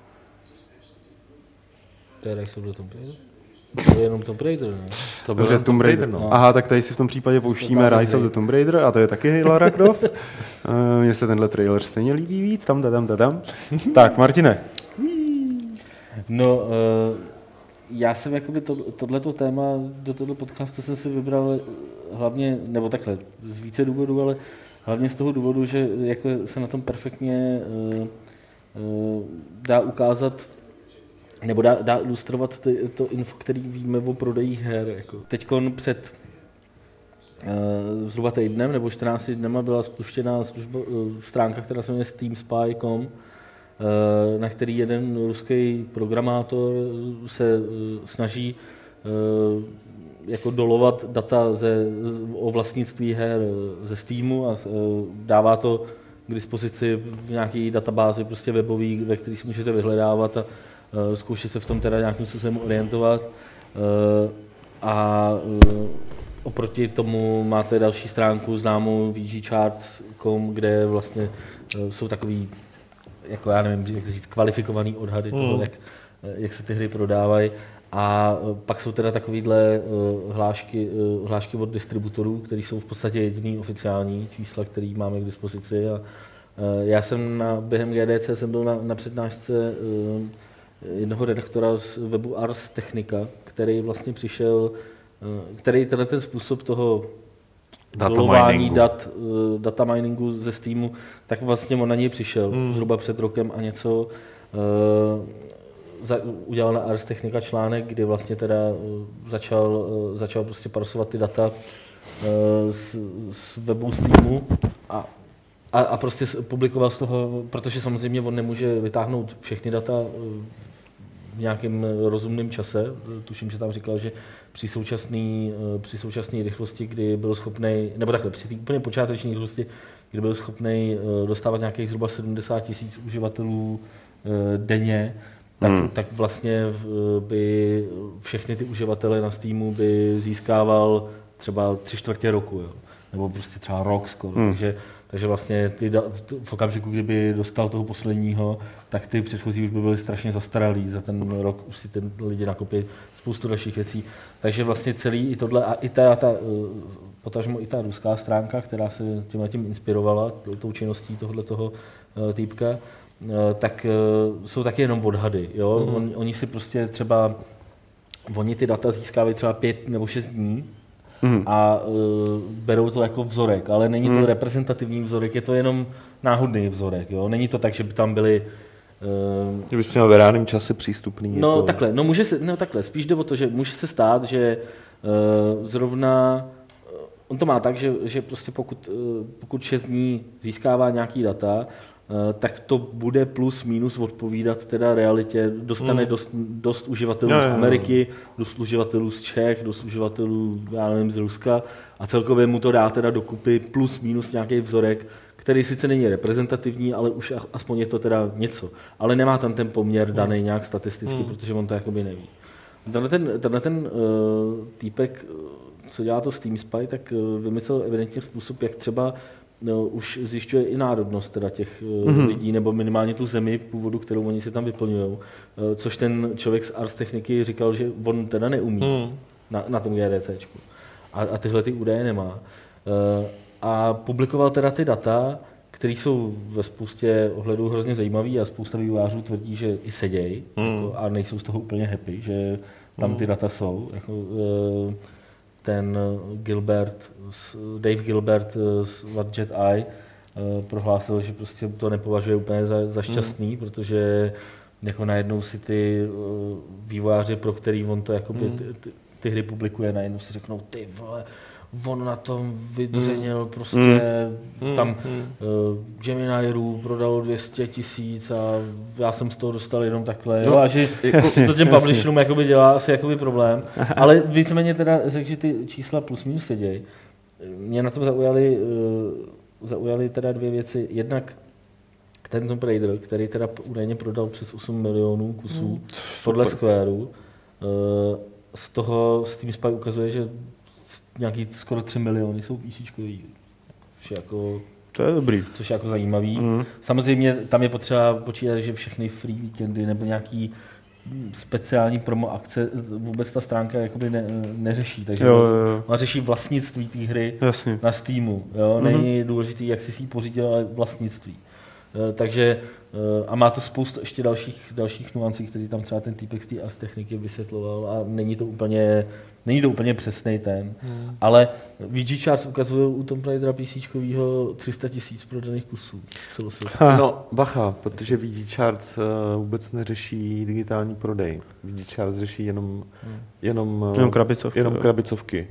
To je Rise of the Tomb Raider? To je jenom Tomb Raider, ne? To byl Tomb Raider, no. Aha, tak tady si v tom případě pouštíme Rise of the Tomb Raider a to je taky Lara Croft. Mně se tenhle trailer stejně líbí víc, tam. Tak, Martine. No, já jsem jakoby tohleto téma, do tohoto podcastu jsem si vybral hlavně, nebo takhle, z více důvodů, ale hlavně z toho důvodu, že jako se na tom perfektně dá ukázat, nebo dá ilustrovat to info, který víme o prodejích her. Jako. Teďkon před zhruba týdnem nebo 14 dnema byla spuštěná stránka, která se jmenuje steamspy.com, na který jeden ruský programátor se snaží jako dolovat data o vlastnictví her ze Steamu a dává to k dispozici v nějaké databázi prostě webový, ve který si můžete vyhledávat a zkoušet se v tom teda nějakým způsobem orientovat. A oproti tomu máte další stránku známou VGCharts.com, kde vlastně jsou takový, jako já nevím, jak říct, kvalifikovaný odhady toho, jak se ty hry prodávají. A pak jsou teda takovýhle hlášky od distributorů, které jsou v podstatě jediný oficiální čísla, který máme k dispozici. A já jsem během GDC jsem byl na přednášce jednoho redaktora z webu Ars Technica, který vlastně přišel, který ten způsob toho data miningu ze Steamu, tak vlastně on na něj přišel zhruba před rokem a něco. Udělal na Ars Technica článek, kdy vlastně teda začal prostě parsovat ty data z webu Steamu a prostě publikoval z toho, protože samozřejmě on nemůže vytáhnout všechny data v nějakém rozumném čase. Tuším, že tam říkal, že při současné rychlosti, kdy byl schopný, nebo takhle, při té úplně počáteční rychlosti, kdy byl schopný dostávat nějakých zhruba 70 000 uživatelů denně, tak vlastně by všechny ty uživatele na Steamu by získával třeba 3/4 roku, jo? Nebo prostě třeba rok skoro. Takže vlastně v okamžiku, kdyby dostal toho posledního, tak ty předchozí už by byly strašně zastaralý. Za ten rok už si ten lidi nakopí spoustu dalších věcí. Takže vlastně celý i tohle a i potažmo i ta ruská stránka, která se tím inspirovala, tou činností tohoto týpka, tak jsou taky jenom odhady. Jo? Oni si prostě třeba, oni ty data získávají třeba 5 nebo 6 dní a berou to jako vzorek, ale není to reprezentativní vzorek, je to jenom náhodný vzorek. Jo? Není to tak, že by tam byly kdyby si měl v reálném čase přístupný. No jako... takhle, spíš jde o to, že může se stát, že zrovna on to má tak, že prostě pokud 6 dní získává nějaký data, tak to bude plus minus odpovídat teda realitě. Dostane dost uživatelů z Ameriky, dost uživatelů z Čech, dost uživatelů, já nevím, z Ruska a celkově mu to dá teda dokupy plus minus nějaký vzorek, který sice není reprezentativní, ale už aspoň je to teda něco. Ale nemá tam ten poměr daný nějak statisticky, protože on to jakoby neví. Tenhle ten týpek, co dělá to Steam Spy, tak vymyslel evidentně způsob, jak třeba už zjišťuje i národnost teda těch lidí, nebo minimálně tu zemi původu, kterou oni si tam vyplňují. Což ten člověk z Ars Techniky říkal, že on teda neumí na tom GDCčku. A tyhle ty údaje nemá. A publikoval teda ty data, které jsou ve spoustě ohledů hrozně zajímavý a spousta vývojářů tvrdí, že i sedějí a nejsou z toho úplně happy, že tam ty data jsou. Jako, ten Dave Gilbert z Wadjet Eye prohlásil, že prostě to nepovažuje úplně za šťastný, protože jako najednou si ty vývojáři, pro který on to jakoby ty hry publikuje, najednou si řeknou, ty vole, on na tom vydřenil prostě tam Gemini.ru prodalo 200 000 a já jsem z toho dostal jenom takhle. No, a že to těm publisherům jakoby dělá asi jakoby problém. Ale víceméně teda řekl, že ty čísla plus minus sedějí. Mě na tom zaujaly teda dvě věci. Jednak ten Tomb Raider, který teda údajně prodal přes 8 milionů kusů podle Squareu. Z toho Steam Spy ukazuje, že nějaký skoro 3 miliony jsou písíčkový. To je dobrý. Což je jako zajímavý. Samozřejmě tam je potřeba počítat, že všechny free víkendy nebo nějaký speciální promo akce vůbec ta stránka jakoby neřeší. Takže ona řeší vlastnictví té hry na Steamu. Jo? Není důležitý, jak si ji pořídil, ale vlastnictví. Takže a má to spoustu ještě dalších nuancí, které tam třeba ten týpek z té Ars Techniky vysvětloval a není to úplně přesnej ten. Ale VG Charts ukazují u Tomb Raidera PCčkovýho 300 000 prodaných kusů celosvětě. No, bacha, protože VG Charts vůbec neřeší digitální prodej. VG Charts řeší jenom krabicovky.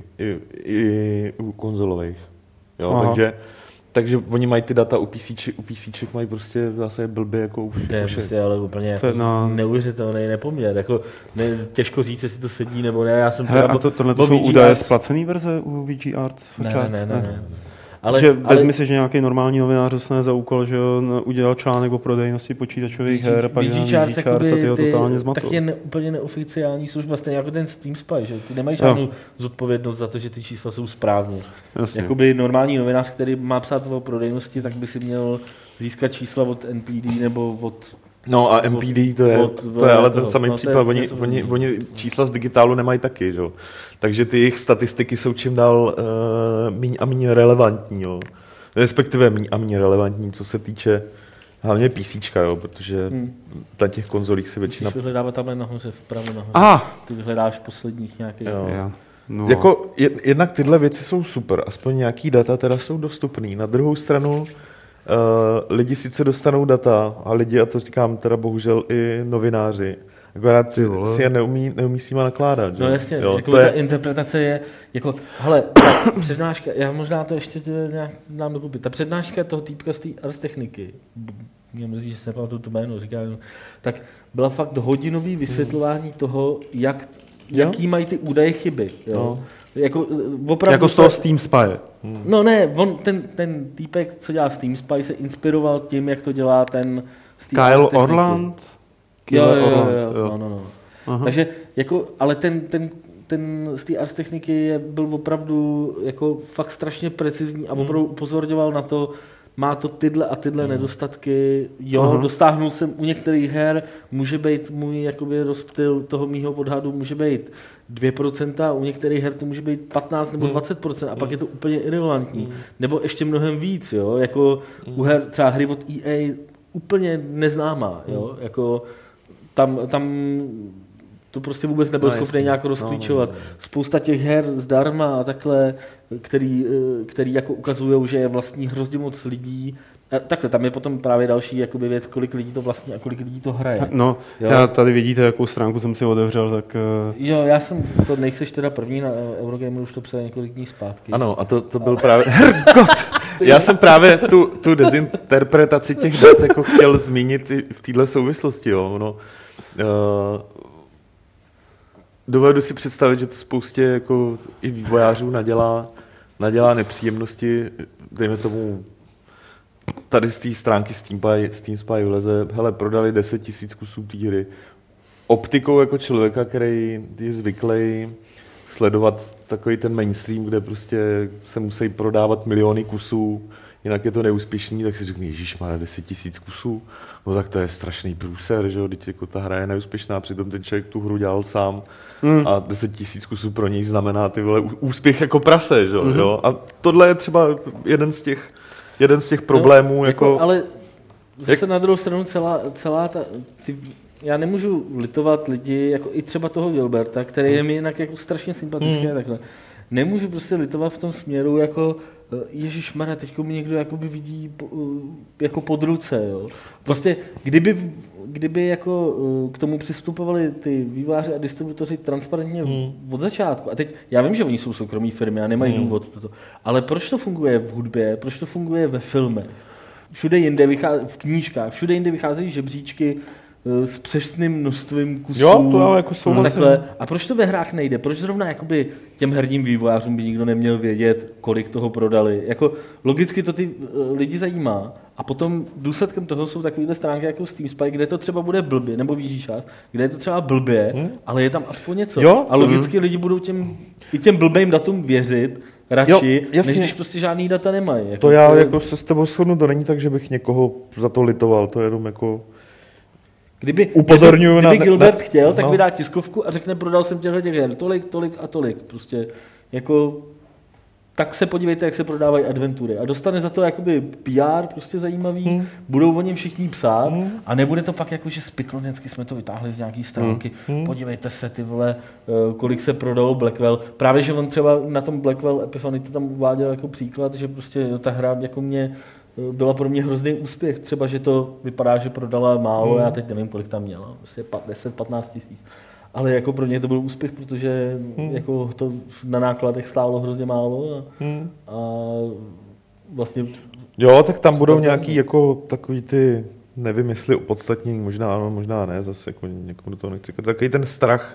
I u konzolových. Jo, takže oni mají ty data u PCček mají prostě zase blbě jako už. To je prostě ale úplně jako neuvěřitelný nepoměr. Jako, těžko říct, jestli to sedí nebo ne. Já jsem tohle jsou údaje z placený verze u VG Arts? Ne. Ale vezmi si, že nějaký normální novinář dostane za úkol, že udělal článek o prodejnosti počítačových her, pak VG Charts a ty ho totálně zmatou. Tak je úplně neoficiální služba, stejně jako ten Steam Spy, že ty nemají žádnou zodpovědnost za to, že ty čísla jsou správně. Jakoby normální novinář, který má psát o prodejnosti, tak by si měl získat čísla od NPD nebo od... No a MPD to je ale ten samý případ. Oni čísla z digitálu nemají taky, jo. Takže ty jejich statistiky jsou čím dál míň a míň relevantní, jo. Respektive míň a míň relevantní, co se týče hlavně PCčka, jo, protože na těch konzolích si většina... Musíš vyhledávat tamhle nahoře, vpravo nahoře. Ty vyhledáš posledních nějakých... No. Jako jednak tyhle věci jsou super, aspoň nějaký data teda jsou dostupný. Na druhou stranu lidi sice dostanou data a lidi, a to říkám teda bohužel i novináři, akorát si je neumí s nima nakládat. Že? No jasně, jako ta interpretace je, jako, hele, ta přednáška, já možná to ještě nějak dám dokupit, ta přednáška toho týpka z té Ars Techniky, mě mrzí, že se nepamatuju to jméno, říkám, tak byla fakt hodinový vysvětlování toho, jaký mají ty údaje chyby. Jo? No. Jako z toho Steam Spy. No ne, ten týpek, co dělá Steam Spy, se inspiroval tím, jak to dělá ten Kyle Orland? Jo. Takže, jako, ale ten z té Ars Techniky byl opravdu jako fakt strašně precizní a opravdu upozorňoval na to, má to tyhle a tyhle nedostatky, jo, dosáhnul jsem u některých her, může být můj jakoby rozptyl toho mýho odhadu, může být 2%, u některých her to může být 15 nebo 20% a pak je to úplně irrelevantní. Nebo ještě mnohem víc, jo, jako u her, třeba hry od EA úplně neznámá, jo, jako tam to prostě vůbec nebyl schopný nějak rozklíčovat. Spousta těch her zdarma a takhle, který jako ukazujou, že je vlastní hrozně moc lidí. Takhle, tam je potom právě další jakoby věc, kolik lidí to vlastní a kolik lidí to hraje. No, já tady vidíte, jakou stránku jsem si otevřel, tak... Jo, já jsem, to nejseš teda první na Eurogamer, už to psal několik dní zpátky. Ano, a to byl právě... Já jsem právě tu dezinterpretaci těch dat jako chtěl zmínit i v této souvislosti, jo. No, dovedu si představit, že to spoustě jako i vývojářů nadělá nepříjemnosti, dejme tomu, tady z té stránky Steam Spy vyleze, hele, prodali 10 000 kusů té hry. Optikou jako člověka, který je zvyklý sledovat takový ten mainstream, kde prostě se musí prodávat miliony kusů, jinak je to neúspěšný, tak si řekne, ježišmarja, 10 000 kusů, no tak to je strašný průser, že jo, teď jako ta hra je neúspěšná, přitom ten člověk tu hru dělal sám a 10 000 kusů pro něj znamená ty vole úspěch jako prase, že jo, a tohle je třeba jeden z těch problémů, no, jako ale zase na druhou stranu celá ta... Já nemůžu litovat lidi, jako i třeba toho Gilberta, který je mi jinak jako strašně sympatický a takhle. Nemůžu prostě litovat v tom směru, jako ježišmarja, teďko mi někdo jakoby vidí jako pod ruce, jo. Prostě kdyby jako k tomu přistupovali ty vývojáři a distributoři transparentně od začátku. A teď já vím, že oni jsou soukromí firmy a nemají důvod toto. Ale proč to funguje v hudbě, proč to funguje ve filmech? Všude jinde v knížkách, všude jinde vycházejí žebříčky s přesným množstvím kusů. Jo, to já jako souhlasím. A proč to ve hrách nejde? Proč zrovna jakoby těm herním vývojářům by nikdo neměl vědět, kolik toho prodali? Jako logicky to ty lidi zajímá. A potom důsledkem toho jsou takovéhle stránky jako Steam Spy, kde to třeba bude blbě, nebo Výžíšák, kde je to třeba blbě, ale je tam aspoň něco. Jo? A logicky lidi budou těm blbým datům věřit radši, než když prostě žádný data nemají. Jako to já jako se s tebou shodnu, to není tak, že bych někoho za to litoval, to je jenom jako... Kdyby Gilbert chtěl, tak vydá tiskovku a řekne, prodal jsem těch her tolik a tolik. Prostě jako, tak se podívejte, jak se prodávají adventury. A dostane za to jakoby PR, prostě zajímavý, budou o něm všichni psát a nebude to pak jako, že spiklonecky jsme to vytáhli z nějaký stránky. Podívejte se, ty vole, kolik se prodalo Blackwell. Právě, že on třeba na tom Blackwell Epiphany to tam uváděl jako příklad, že prostě ta hra jako byla pro mě hrozný úspěch. Třeba, že to vypadá, že prodala málo, já teď nevím, kolik tam měla, prostě 10-15 tisíc. Ale jako pro mě to byl úspěch, protože jako to na nákladech stálo hrozně málo a vlastně... Jo, tak tam budou nějaký jako takový ty, nevím, jestli opodstatnění, možná ano, možná ne, zase jako někomu do toho nechci. Takový ten strach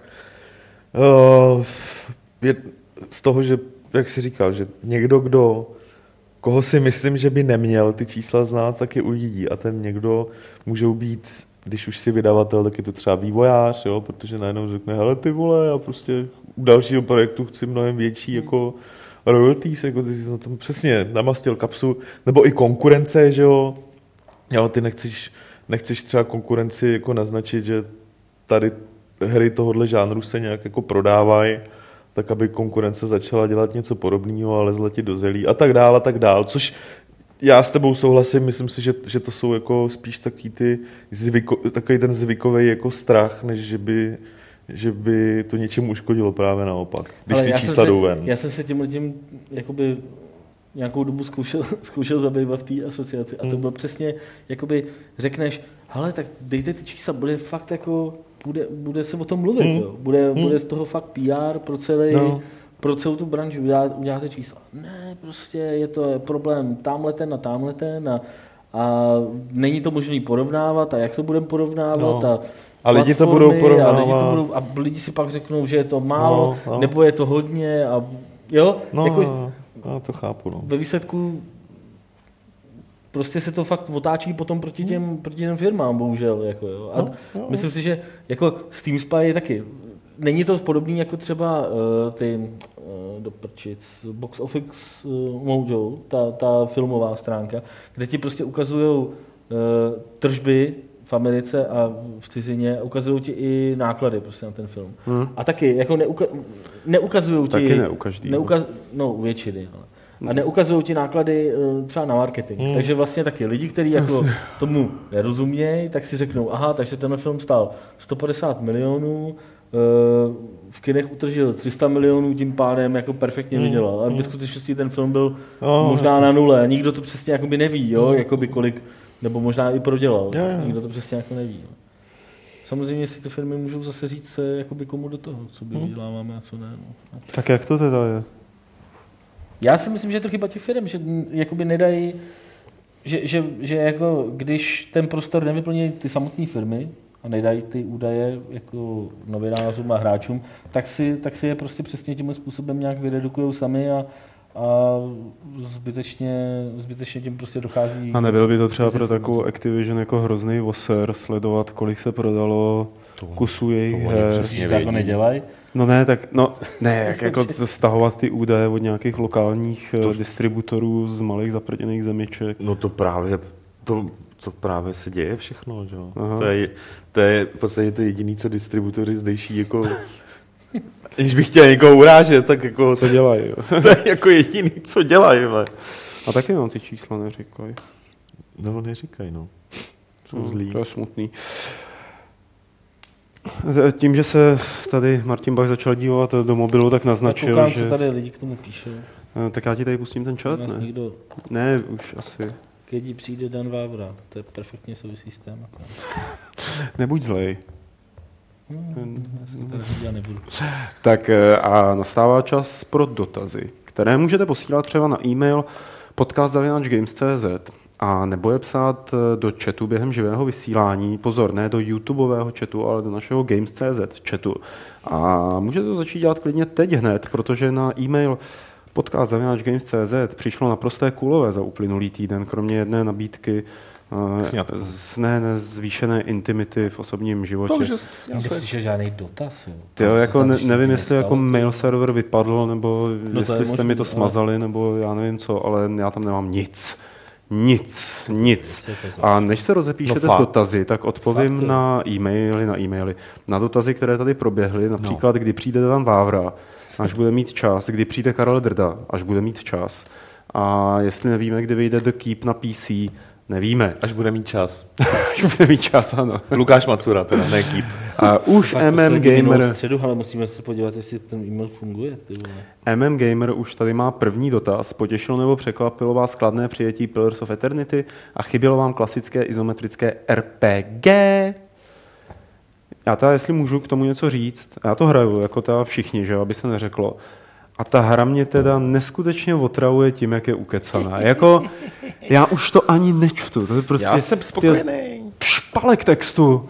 je z toho, že, jak jsi říkal, že někdo, koho si myslím, že by neměl ty čísla znát, tak je uvidí. A ten někdo můžou být, když už si vydavatel, tak je to třeba vývojář, jo, protože najednou řekne, hele ty vole, já prostě u dalšího projektu chci mnohem větší jako royalties, jako ty jsi na tom přesně namastil kapsu, nebo i konkurence, že jo. Jo, ty nechceš třeba konkurenci jako naznačit, že tady hry tohohle žánru se nějak jako prodávají, tak aby konkurence začala dělat něco podobného a lezla ti do zelí a tak dál, což já s tebou souhlasím, myslím si, že to jsou jako spíš takový ten zvykový jako strach, než že by to něčemu uškodilo, právě naopak, když ty čísla jdou ven. Já jsem se tím jakoby nějakou dobu zkoušel zabývat v té asociaci a to bylo přesně, jakoby řekneš, hele, tak dejte ty čísla, bude fakt jako bude se o tom mluvit, jo. Bude z toho fakt PR pro celou tu branži, uděláte čísla. Ne, prostě je to problém tamhleten a není to možné porovnávat a jak to budeme porovnávat a lidi to budou porovnávat. A lidi si pak řeknou, že je to málo, nebo je to hodně a jo, já to chápu. No. Ve výsledku prostě se to fakt otáčí potom proti těm firmám, bohužel. Jako, jo. A myslím si, že jako Steam Spy je taky není to podobný jako třeba ty do prčic, Box Office Mojo, ta filmová stránka, kde ti prostě ukazujou tržby v Americe a v cizině, ukazují ti i náklady prostě na ten film. A taky jako neukazují ti... Taky ne u každého. No, u většiny, ale. A neukazují ti náklady třeba na marketing. Takže vlastně taky lidi, kteří jako tomu nerozumějí, tak si řeknou, aha, takže ten film stál 150 milionů, v kinech utržil 300 milionů, tím pádem jako perfektně vydělal. A ve skutečnosti ten film byl možná na nule. Nikdo to přesně jakoby neví, jo, jakoby kolik, nebo možná i prodělal. Nikdo to přesně jako neví. Jo. Samozřejmě si ty firmy můžou zase říct, jakoby komu do toho, co by vyděláváme a co ne. No. Tak jak to teda je? Já si myslím, že je to chyba těch firm, že jakoby nedají, že jako když ten prostor nevyplní ty samotné firmy a nedají ty údaje jako novinářům a hráčům, tak si je prostě přesně tímhle způsobem nějak vyredukujou sami a zbytečně tím prostě dochází... A nebyl by to třeba pro takovou Activision jako hrozný voser sledovat, kolik se prodalo kusů jejich her? Přesně to nedělají? No ne, tak jako stahovat ty údaje od nějakých lokálních distributorů z malých zaprděných zemiček. No to právě se děje všechno, že? To je v podstatě to jediné, co distributoři zdejší jako... Když bych chtěl někoho urážet, tak jako... Co dělají, jo? To je jako jediný, co dělají, ale... A taky nám ty čísla neříkají. No, neříkají, no. Jsou zlý. To je smutný. Tím, že se tady Martin Bach začal dívat do mobilu, tak naznačil, koukám, že... tady lidi k tomu píšou. Tak já ti tady pustím ten chat, ne? Někdo... Ne, už asi. Když přijde Dan Vávra, to je perfektně souvisí s tématem. Nebuď zlej. Já se to říct, já nebudu. Tak a nastává čas pro dotazy, které můžete posílat třeba na e-mail podcast@games.cz a nebo je psát do chatu během živého vysílání. Pozor, ne do YouTubeového chatu, ale do našeho Games.cz chatu. A můžete to začít dělat klidně teď hned, protože na e-mail podcast@games.cz přišlo naprosté kulové za uplynulý týden, kromě jedné nabídky zvýšené intimity v osobním životě. Nepřišel žádný dotaz. Jo, jako nevím, jestli jako mail server vypadl, nebo jestli jste mi to smazali, nebo já nevím co, ale já tam nemám nic. Nic. A než se rozepíšete s dotazy, tak odpovím na e-maily, na dotazy, které tady proběhly, například kdy přijde Dan Vávra, až bude mít čas, kdy přijde Karel Drda, až bude mít čas. A jestli nevíme, kdy vyjde The Keep na PC, nevíme. Až bude mít čas. Až bude mít čas, ano. Lukáš Macura, teda ne Keep. A už MM Gamer... Středu, ale musíme se podívat, jestli ten e-mail funguje. MM Gamer už tady má první dotaz. Potěšilo nebo překvapilo vás kladné přijetí Pillars of Eternity a chybělo vám klasické izometrické RPG? Já teda, jestli můžu k tomu něco říct, já to hraju, jako teda všichni, že aby se neřeklo. A ta hra mě teda neskutečně otravuje tím, jak je ukecaná. Jako, já už to ani nečtu. To je prostě já jsem spokojený. Špalek textu.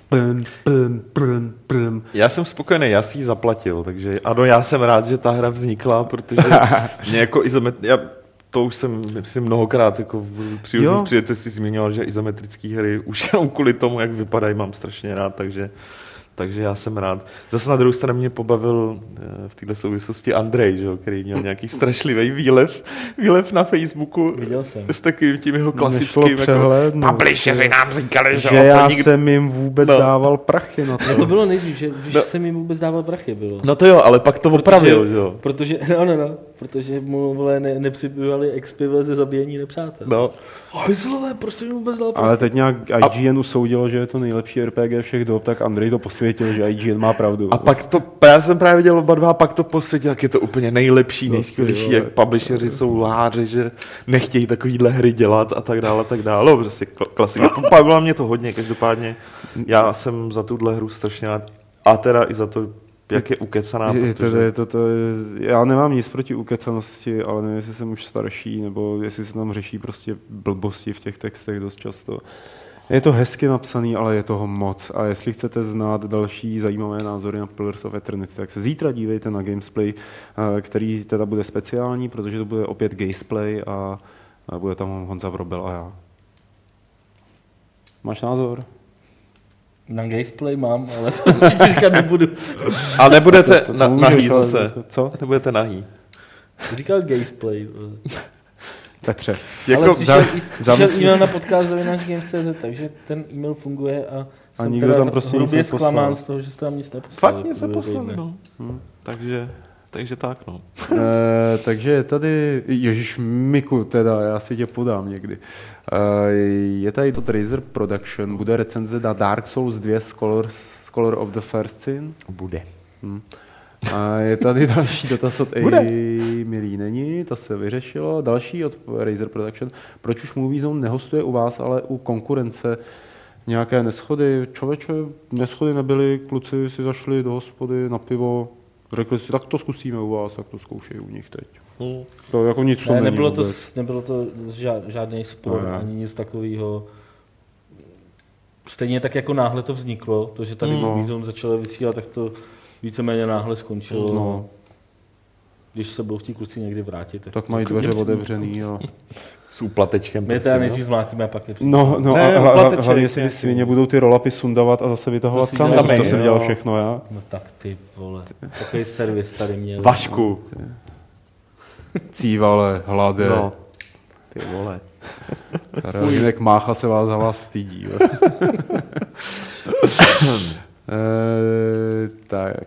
Já jsem spokojený, já si ji zaplatil, takže ano, já jsem rád, že ta hra vznikla, protože mě jako to už jsem mnohokrát jako v přírodních příležitostech zmínil, že izometrické hry už jenom kvůli tomu, jak vypadají, mám strašně rád, takže já jsem rád. Zase na druhou stranu mě pobavil v této souvislosti Andrej, že, který měl nějaký strašlivý výlev na Facebooku. Viděl jsem. S takovým tím jeho klasickým publisheri nám říkali, že já jsem jim vůbec dával prachy na to. No to bylo nejdřív, že jsem jim vůbec dával prachy. No to jo, ale pak to opravil, že jo. Protože mu nepřibývali expivy ze zabíjení nepřátel. No. Hajzlové, proč jsem vůbec dal prachy? Ale teď nějak IGN usoudilo, že je to nejlepší RPG všech dob, tak Andrej to posvětil, že IGN má pravdu. A pak já jsem právě viděl oba dva, pak to posvětil, jak je to úplně nejlepší, nejskvělejší, jak publisheri jsou lháři, že nechtějí takovýhle hry dělat a tak dále, No, prostě klasika. Pobavilo mě to hodně, každopádně já jsem za tuhle hru strašně rád. A teda i za to, jak je ukecaná. Já nemám nic proti ukecanosti, ale nevím, jestli jsem už starší, nebo jestli se tam řeší prostě blbosti v těch textech dost často. Je to hezky napsaný, ale je toho moc. A jestli chcete znát další zajímavé názory na Pillars of Eternity, tak se zítra dívejte na Gamesplay, který teda bude speciální, protože to bude opět Gamesplay a bude tam Honza Vrobel a já. Máš názor? Na Gamesplay mám, ale to určitě říkat nebudu. Ale nebudete nahý zase. Co? Nebudete nahý. Říkal Gamesplay. Petře. Ale přišel e-mail na podcast@games.cz, takže ten e-mail funguje a jsem nikdo tam prostě hrubě zklamán z toho, že jste tam nic neposlali. Fakt nic neposlali, no. Takže tak, no. Takže je tady, Ježíš Miku, teda, já si tě podám někdy. Je tady to Razer Production, bude recenze na Dark Souls 2 Scholar of the First Sin? Bude. A je tady další dotaz od Milí není, to se vyřešilo. Další od Razer Production. Proč už Movie Zone nehostuje u vás, ale u konkurence nějaké neschody? Člověče, neschody nebyly, kluci si zašli do hospody na pivo, řekli si, tak to zkusíme u vás, tak to zkoušej u nich teď. To jako nic ne, nebylo to žádný spor, ani nic takového. Stejně tak jako náhle to vzniklo, to, že tady Movie Zone začalo vysílat, tak to víceméně náhle skončilo. No. Když se budou chtít kluci někdy vrátit. Tak mají dveře otevřený. Jo. S úplatečkem. My teda nejdřív zmlátíme a pak je přijde. Hlavně si ty svině budou ty rollupy sundavat a zase vytahovat sami. To jsem dělal všechno, já. No tak ty vole, takový servis tady měl. Vašku. Cívale, hlade. No, ty vole. Karolínek Mácha se vás za vás stydí. Tak.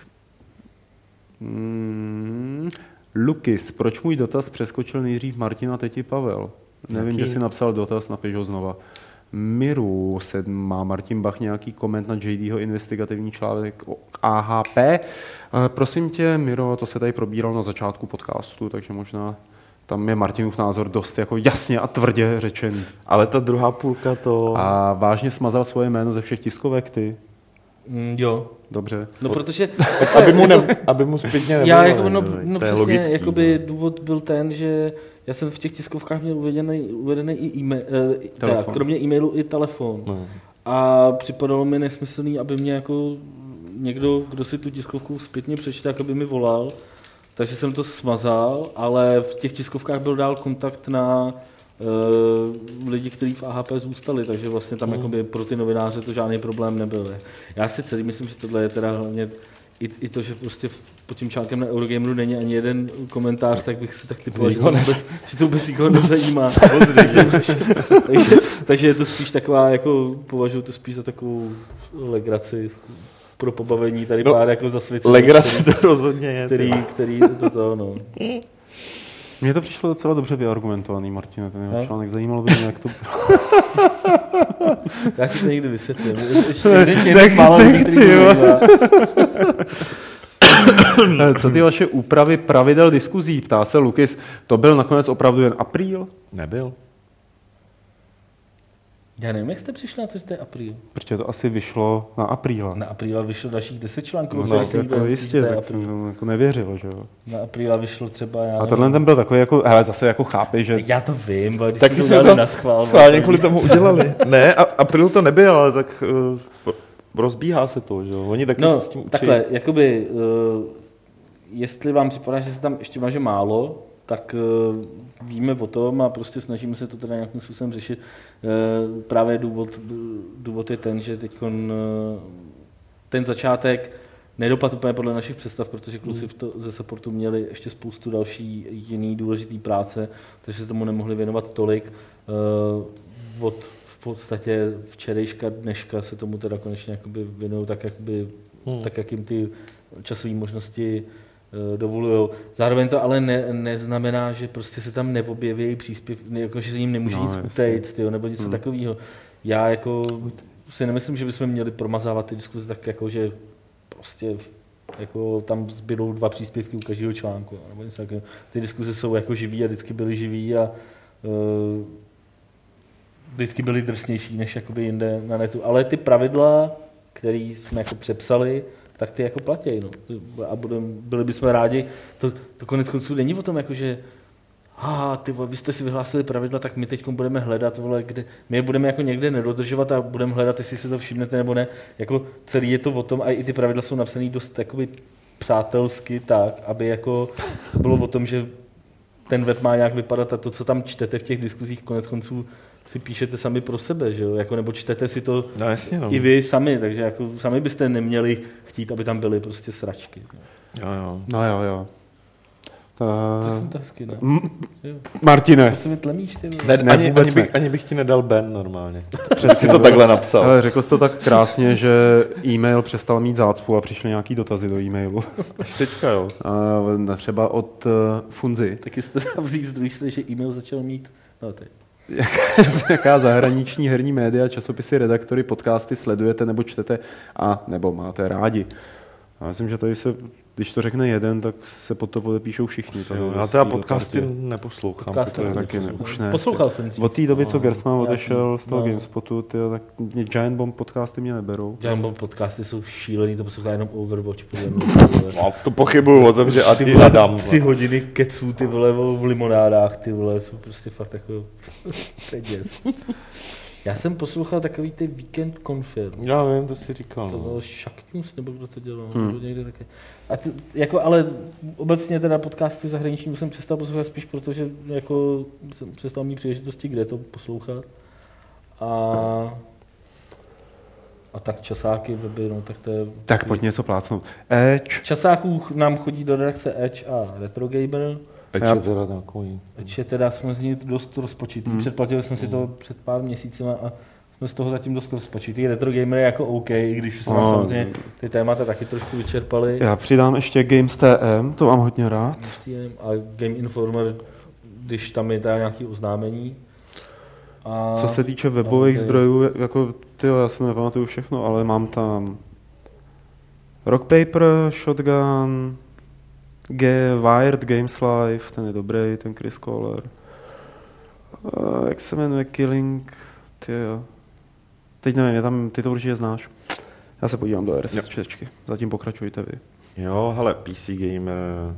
Lukis, proč můj dotaz přeskočil nejdřív Martina, teď i Pavel? Nevím, že si napsal dotaz, napiš ho znova. Miru, má Martin Bach nějaký koment na JDho investigativní článek o AHP? Prosím tě, Miro, to se tady probíral na začátku podcastu, takže možná tam je Martinův názor dost jako jasně a tvrdě řečený. Ale ta druhá půlka to... A vážně smazal svoje jméno ze všech tiskovek, ty? Jo. Dobře. No protože... aby mu zpětně nebylo. Já jako, no přesně, logický, jakoby důvod byl ten, že já jsem v těch tiskovkách měl uvedený i e-mail, kromě e-mailu i telefon. No. A připadalo mi nesmyslný, aby mě jako někdo, kdo si tu tiskovku zpětně přečte, aby mi volal. Takže jsem to smazal, ale v těch tiskovkách byl dál kontakt na lidi, kteří v AHP zůstali, takže vlastně tam jakoby pro ty novináře to žádný problém nebyl. Já si celý myslím, že tohle je teda hlavně i to, že prostě pod tím článkem na Eurogameru není ani jeden komentář, tak bych si tak typoval, že to vůbec nikoho nezajímá. takže je to spíš taková, jako považuji to spíš za takovou legraci pro pobavení, tady pár jako zasvěcených. Legraci to rozhodně je. Který to no. Mně to přišlo docela dobře vyargumentovaný, Martine, ten jeho článek. Zajímalo by mě, jak to... Já ti to někdy vysvětlím. Nechci, Co ty vaše úpravy pravidel diskuzí? Ptá se Lukis. To byl nakonec opravdu jen apríl? Nebyl. Já nevím, jak jste přišli na to, že to je apríl. Protože to asi vyšlo na apríla. Na apríla vyšlo dalších 10 článků. No, to jistě, tak jsem jako nevěřilo, že jo. Na apríla vyšlo třeba, já a tenhle ten byl takový jako, hele, zase jako chápeš, že... Já to vím, bo když taky jsme to schválně kvůli tomu udělali. Ne, apríl to nebyl, ale tak rozbíhá se to, že jo. Oni taky se s tím učí. Takhle, jakoby, jestli vám připadá, že se tam ještě máže málo, tak víme o tom a prostě snažíme se to teda nějakým způsobem řešit. Právě důvod je ten, že teď ten začátek nedopadl úplně podle našich představ, protože kluci ze supportu měli ještě spoustu další jiný důležitý práce, takže se tomu nemohli věnovat tolik. Od v podstatě včerejška, dneška se tomu teda konečně jakoby věnují tak, jak jim ty časové možnosti dovolujou. Zároveň to ale neznamená, že prostě se tam neobjeví příspěv, jako že se jim nemůže nic utejct, nebo něco takového. Já jako si nemyslím, že bychom měli promazávat ty diskuze tak jako, že prostě jako tam zbydou 2 příspěvky u každého článku. Nebo něco takového. Ty diskuze jsou jako živý a vždycky byly živý a vždycky byly drsnější než jakoby jinde na netu. Ale ty pravidla, které jsme jako přepsali, tak ty jako platí, no. A byli bychom rádi, to konec konců není o tom, jako že vy jste si vyhlásili pravidla, tak my teď budeme hledat, kde my je budeme jako někde nedodržovat a budeme hledat, jestli se to všimnete nebo ne. Jako celý je to o tom, a i ty pravidla jsou napsané dost jakoby přátelsky tak, aby jako to bylo o tom, že ten web má nějak vypadat a to, co tam čtete v těch diskuzích, konec konců si píšete sami pro sebe, že jo? Jako, nebo čtete si to i vy sami, takže jako sami byste neměli chtít, aby tam byly prostě sračky. Jo. Tak jsem to hezky, ne? Martine. Prostě mi tlemíš, ty ani bych ti nedal Ben normálně. Přesně to takhle napsal. Ale řekl jsi to tak krásně, že e-mail přestal mít zácpu a přišly nějaký dotazy do e-mailu. Až teďka, jo. Třeba od Funzy. Taky jste vzít z druhé strany, že e-mail začal mít. No, teď. Jaká zahraniční herní média, časopisy, redaktory, podcasty sledujete nebo čtete a nebo máte rádi? Já myslím, že tady se, když to řekne jeden, tak se pod to podepíšou všichni. Já teda podcasty neposlouchám. Už ne. Poslouchal jsem si. Od té doby, co Gersman odešel z toho GameSpotu, tak Giant Bomb podcasty mě neberou. Giant Bomb podcasty jsou šílený, to poslouchá jenom Overwatch. To pochybuju o tom, že a ty Adam. 3 hodiny keců, ty vole, v limonádách, ty vole, jsou prostě fakt jako peděz. Já jsem poslouchal takový ty Weekend Confirm. Já vím, to si říkal. To bylo Shack News, nebo kdo to dělal? Někde také. A ty, jako, ale obecně teda podcasty zahraniční jsem přestal poslouchat spíš, protože jako jsem přestal mít příležitosti, kde to poslouchat. A tak časáky, weby, no tak to je... Tak pojď něco plácnout. Edge. Časáků nám chodí do redakce Edge a Retro Gamer. Edge je teda takový. Edge je teda, jsme z něj dost rozpočitý. Předplatili jsme si to před pár měsícima a jsme z toho zatím dost rozpočitý. Retro Gamer je jako OK, i když jsme samozřejmě ty témata taky trošku vyčerpali. Já přidám ještě Games TM, to mám hodně rád. A Game Informer, když tam je nějaké oznámení. A co se týče webových zdrojů, jako já se nepamatuju všechno, ale mám tam Rock Paper, Shotgun, Wired Games Live, ten je dobrý, ten Chris Kohler. Jak se jmenuje Killing, tyjo. Teď nevím, ty to určitě znáš. Já se podívám do RSSčky, zatím pokračujte vy. Jo, hele, PC Gamer,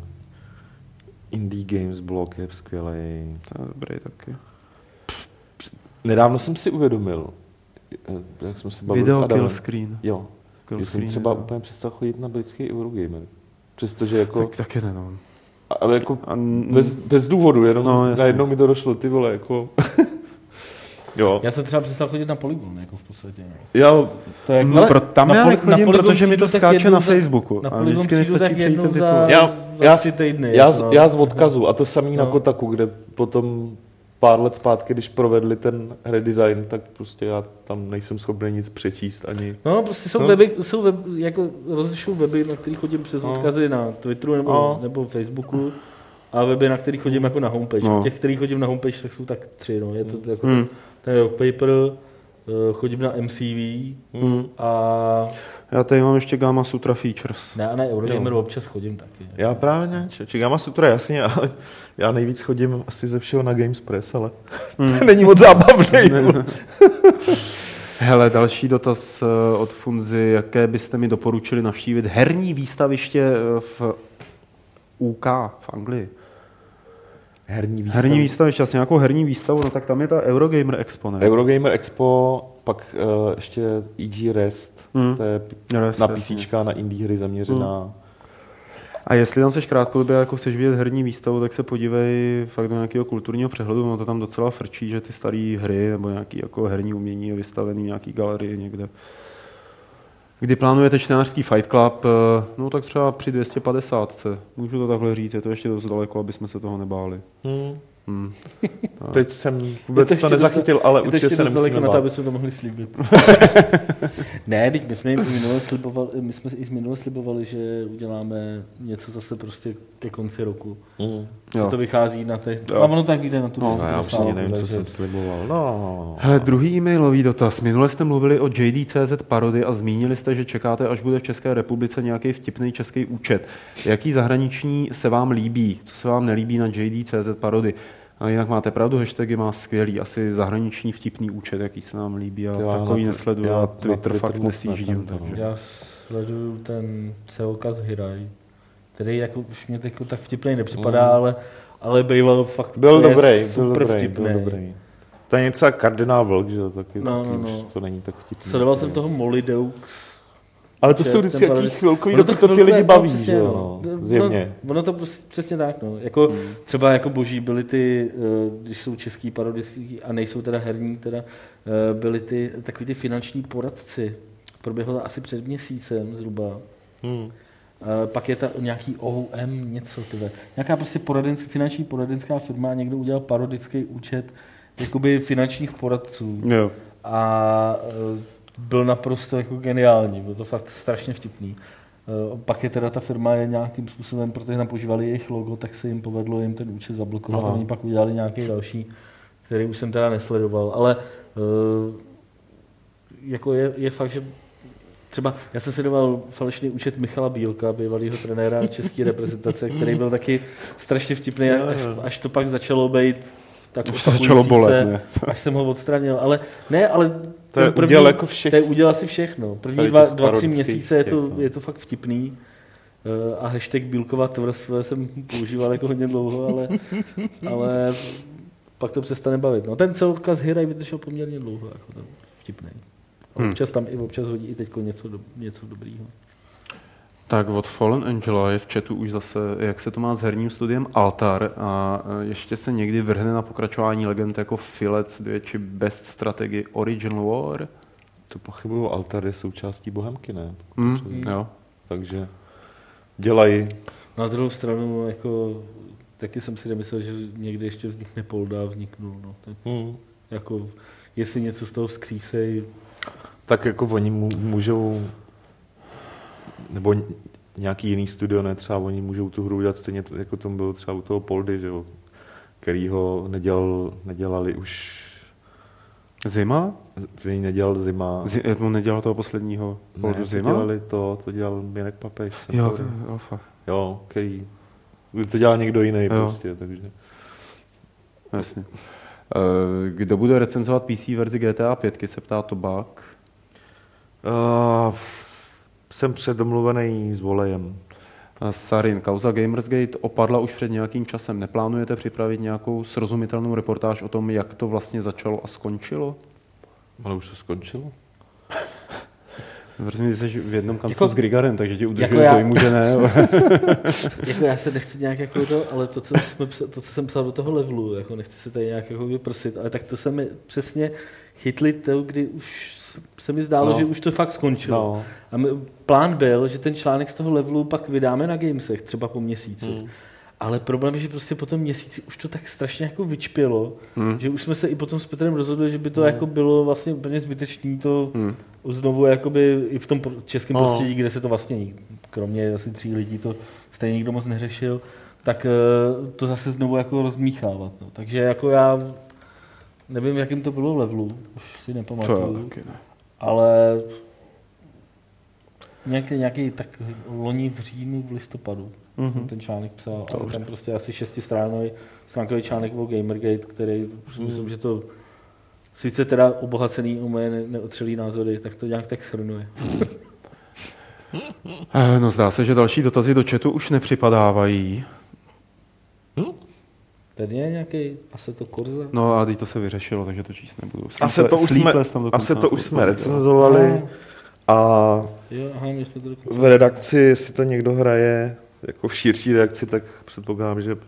Indie Games Blog je skvělej. To je dobrý taky. Nedávno jsem si uvědomil, jak jsme se bavili s Adamem. Video Kill Screen. Jo, já jsem třeba úplně přestal chodit na britský Eurogamer. Přestože jako... Taky ne, no. Ale jako bez důvodu, jenom najednou mi to došlo, ty vole, jako... Jo. Já jsem třeba přestal chodit na Polygon, jako v podstatě. Jo. To je jako, tam já nechodím, protože mi to skáče na Facebooku. Na Polygon přijdu tak jednou za 3 týdny. Já z odkazu, a to samý na Kotaku, kde potom pár let zpátky, když provedli ten redesign, tak prostě já tam nejsem schopný nic přečíst ani... No, prostě jsou weby, jako rozlišují weby, na který chodím přes odkazy na Twitteru nebo Facebooku a weby, na který chodím jako na homepage. Těch, který chodím na homepage, tak jsou tak 3, no. Je to jako ten Rock Paper, chodím na MCV a... Já tady mám ještě Gamma Sutra Features. Ne, a na Eurogamer občas chodím taky. Já právě ne, Gamma Sutra jasně, ale já nejvíc chodím asi ze všeho na Gamespress, ale to není moc zábavný. Hele, další dotaz od Funzy. Jaké byste mi doporučili navštívit herní výstaviště v UK, v Anglii? Herní výstaviště, asi nějakou herní výstavu, no tak tam je ta Eurogamer Expo, ne? Eurogamer Expo, pak ještě EG Rest, to je na PCčka, na indie hry zaměřená. A jestli tam seš krátkodobě, jako chceš vidět herní výstavu, tak se podívej fakt do nějakého kulturního přehledu, no to tam docela frčí, že ty staré hry nebo nějaký jako herní umění je vystavený v nějaký galerii někde. Kdy plánujete čtenářský Fight Club, no tak třeba při 250. Můžu to takhle říct, je to ještě dost daleko, aby jsme se toho nebáli. Teď jsem vůbec to nezachytil, ale určitě se nemusíme bát. Na to, aby jsme to mohli slíbit. Ne, teď my jsme i minule slibovali, že uděláme něco zase prostě ke konci roku. To vychází na těch... A ono tak vyjde na tu cestu. Já určitě nevím, co jsem sliboval. Hele, druhý e-mailový dotaz. Minule jste mluvili o JD.cz parody a zmínili jste, že čekáte, až bude v České republice nějaký vtipný český účet. Jaký zahraniční se vám líbí? Co se vám nelíbí na JD.cz parody? A jinak máte pravdu, hashtagy má skvělý, asi zahraniční vtipný účet, jaký se nám líbí, a takový nesleduju, a Twitter fakt nesjíždím. Já sleduju ten Ceokaz Hiraj, který jako už mě tak vtipnej nepřipadá, ale býval fakt byl dobrý. vtipný. To je něco jak Kardinál Vlk, že jo, taky, to není tak vtipný. Sledoval jsem toho Molly Deux, Ale to jsou vždycky jaký chvilkový, dokud to ty lidi baví, přesně, že jo, zjevně. Ono to prostě přesně tak, no. Jako, třeba jako boží byly ty, když jsou český parodický a nejsou teda herní, teda byly ty takový ty finanční poradci. Proběhlo to asi před měsícem zhruba. Pak je ta nějaký OM něco, tyhle. Nějaká prostě finanční poradenská firma, někdo udělal parodický účet jakoby finančních poradců. Jo. A byl naprosto jako geniální, bylo to fakt strašně vtipný. Pak je teda ta firma je nějakým způsobem, protože tam používali jejich logo, tak se jim povedlo jim ten účet zablokovat a oni pak udělali nějaký další, který už jsem teda nesledoval, ale jako je fakt, že třeba já jsem sledoval falešný účet Michala Bílka, bývalého trenéra české reprezentace, který byl taky strašně vtipný, až to pak začalo být tak už to začalo bolet, ne? Až jsem ho odstranil, ale to je udělal jako všechno. To je udělal si všechno. První 2-3 měsíce je to fakt vtipný. A hashtag Bílkova tvrz jsem používal jako hodně dlouho, ale pak to přestane bavit. No, ten celka z Hiraj vydržel poměrně dlouho, jako ten vtipný. Občas hodí i teď něco dobrýho. Tak od Fallen Angela je v chatu už zase, jak se to má s herním studiem Altar a ještě se někdy vrhne na pokračování legend jako Filec 2 či Best Strategy Original War. To pochybuju, Altar je součástí Bohemky, ne? Jo. Takže dělají. Na druhou stranu, jako, taky jsem si nemyslel, že někdy ještě vznikne Polda a vzniknul. No. Jako, jestli něco z toho vzkřísej. Tak jako oni můžou, nebo nějaký jiný studio, ne, třeba oni můžou tu hru udělat stejně, jako tomu bylo třeba u toho Poldy, že jo, který ho nedělali už... Zima? Nedělal Zima. On nedělal toho posledního Poldu Zima? Dělali to dělal Mirek Papež. Jo, který to dělal někdo jiný prostě, takže... Jasně. Kdo bude recenzovat PC verzi GTA 5, se ptá Tobák. Jsem předomluvený s Volejem. Sarin, kauza Gamersgate opadla už před nějakým časem. Neplánujete připravit nějakou srozumitelnou reportáž o tom, jak to vlastně začalo a skončilo? Ale už to skončilo. Prostě ty jsi v jednom kanclu s Grigarem, takže ti udržuje dojmu, že ne. Jako já se nechci nějak jako to, ale to, co jsem psal do toho levelu, jako nechci se tady nějak jako vyprsit, ale tak to se mi přesně chytli to, kdy už se mi zdálo, že už to fakt skončilo. No. A plán byl, že ten článek z toho levelu pak vydáme na Gamesech, třeba po měsíci. Ale problém je, že prostě po tom měsíci už to tak strašně jako vyčpělo, že už jsme se i potom s Petrem rozhodli, že by to jako bylo vlastně úplně zbytečný to znovu jakoby i v tom českém prostředí, kde se to vlastně, kromě asi 3 lidí, to stejně nikdo moc neřešil, tak to zase znovu jako rozmíchávat. No. Takže jako já nevím, jakým to bylo levelu, už si nepamatuju, ale nějaký tak loni v říjnu, v listopadu. Ten článek psal, ale tam prostě asi 6stránkový článek o Gamergate, který myslím, že to sice teda obohacený o moje neotřelý názory, tak to nějak tak shrnuje. No zdá se, že další dotazy do chatu už nepřipadávají. Tady je nějaký Assetto Corsa? No ale teď to se vyřešilo, takže to číst nebudu. Assetto už jsme recenzovali a v redakci, jestli to někdo hraje, jako v širší reakci, tak předpokládám, že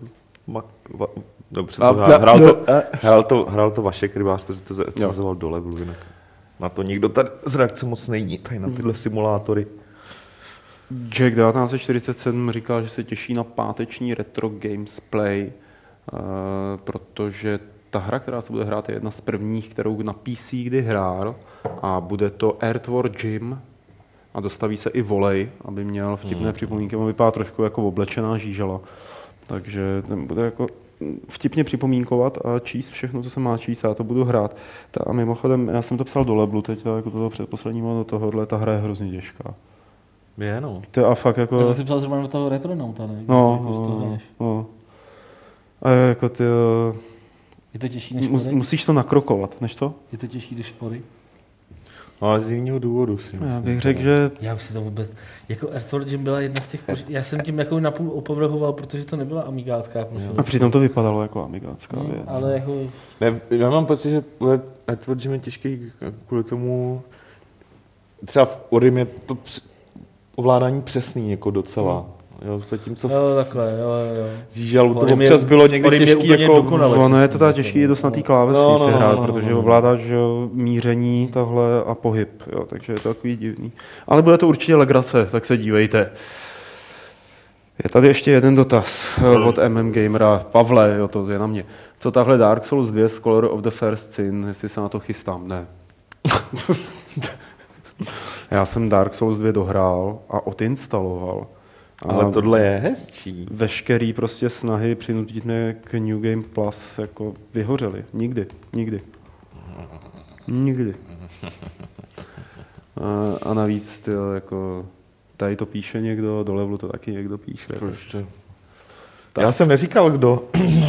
hrál to Vašek Rybář, protože to recenzoval do levelu, jinak na to nikdo tady z reakce moc není, tady na tyhle simulátory. Jack 1947 říkal, že se těší na páteční Retro Games Play, protože ta hra, která se bude hrát, je jedna z prvních, kterou na PC kdy hrál, a bude to Earthworm Jim a dostaví se i Volej, aby měl vtipné připomínky. On vypadá trošku jako oblečená žížela, takže ten bude jako vtipně připomínkovat a číst všechno, co se má číst, a já to budu hrát. A mimochodem, já jsem to psal do Leblu teď, jako toho předposledního do tohohle, ta hra je hrozně těžká. Je, no. To a fakt jako... Já jsem psal zrovna do toho Retronauta, ne? No. A jako ty... Je to těžší než Ory? Musíš to nakrokovat, než co? Je to těžší než Ory? Ale z jiného důvodu si myslím. Já bych řekl, že... Já už si to vůbec... Jako Earthworm Jim byla jedna z těch... Já jsem tím jako napůl opovrhoval, protože to nebyla amigácká. A přitom to vypadalo jako amigácká věc. Ale jako... Ne, já mám pocit, že Earthworm Jim je těžký kvůli tomu... Třeba v Orim je to ovládání přesný jako docela. Jo, zatímco takhle, jo. Zížalu to občas bylo někdy těžký jako... Ono je to teda těžký je dost na té klávesnici hrát, protože ovládáš míření tahle a pohyb, jo, takže je to takový divný. Ale bude to určitě legrace, tak se dívejte. Je tady ještě jeden dotaz od MM Gamera. Pavle, jo, to je na mě. Co tahle Dark Souls 2 Scholar of the First Sin, jestli se na to chystám? Ne. Já jsem Dark Souls 2 dohrál a odinstaloval. Ale tohle je hezčí. Veškerý prostě snahy přinutit mě k New Game Plus jako vyhořely. Nikdy. A navíc tyjo, jako tady to píše někdo, do levelu to taky někdo píše. Prostě. Já jsem neříkal, kdo.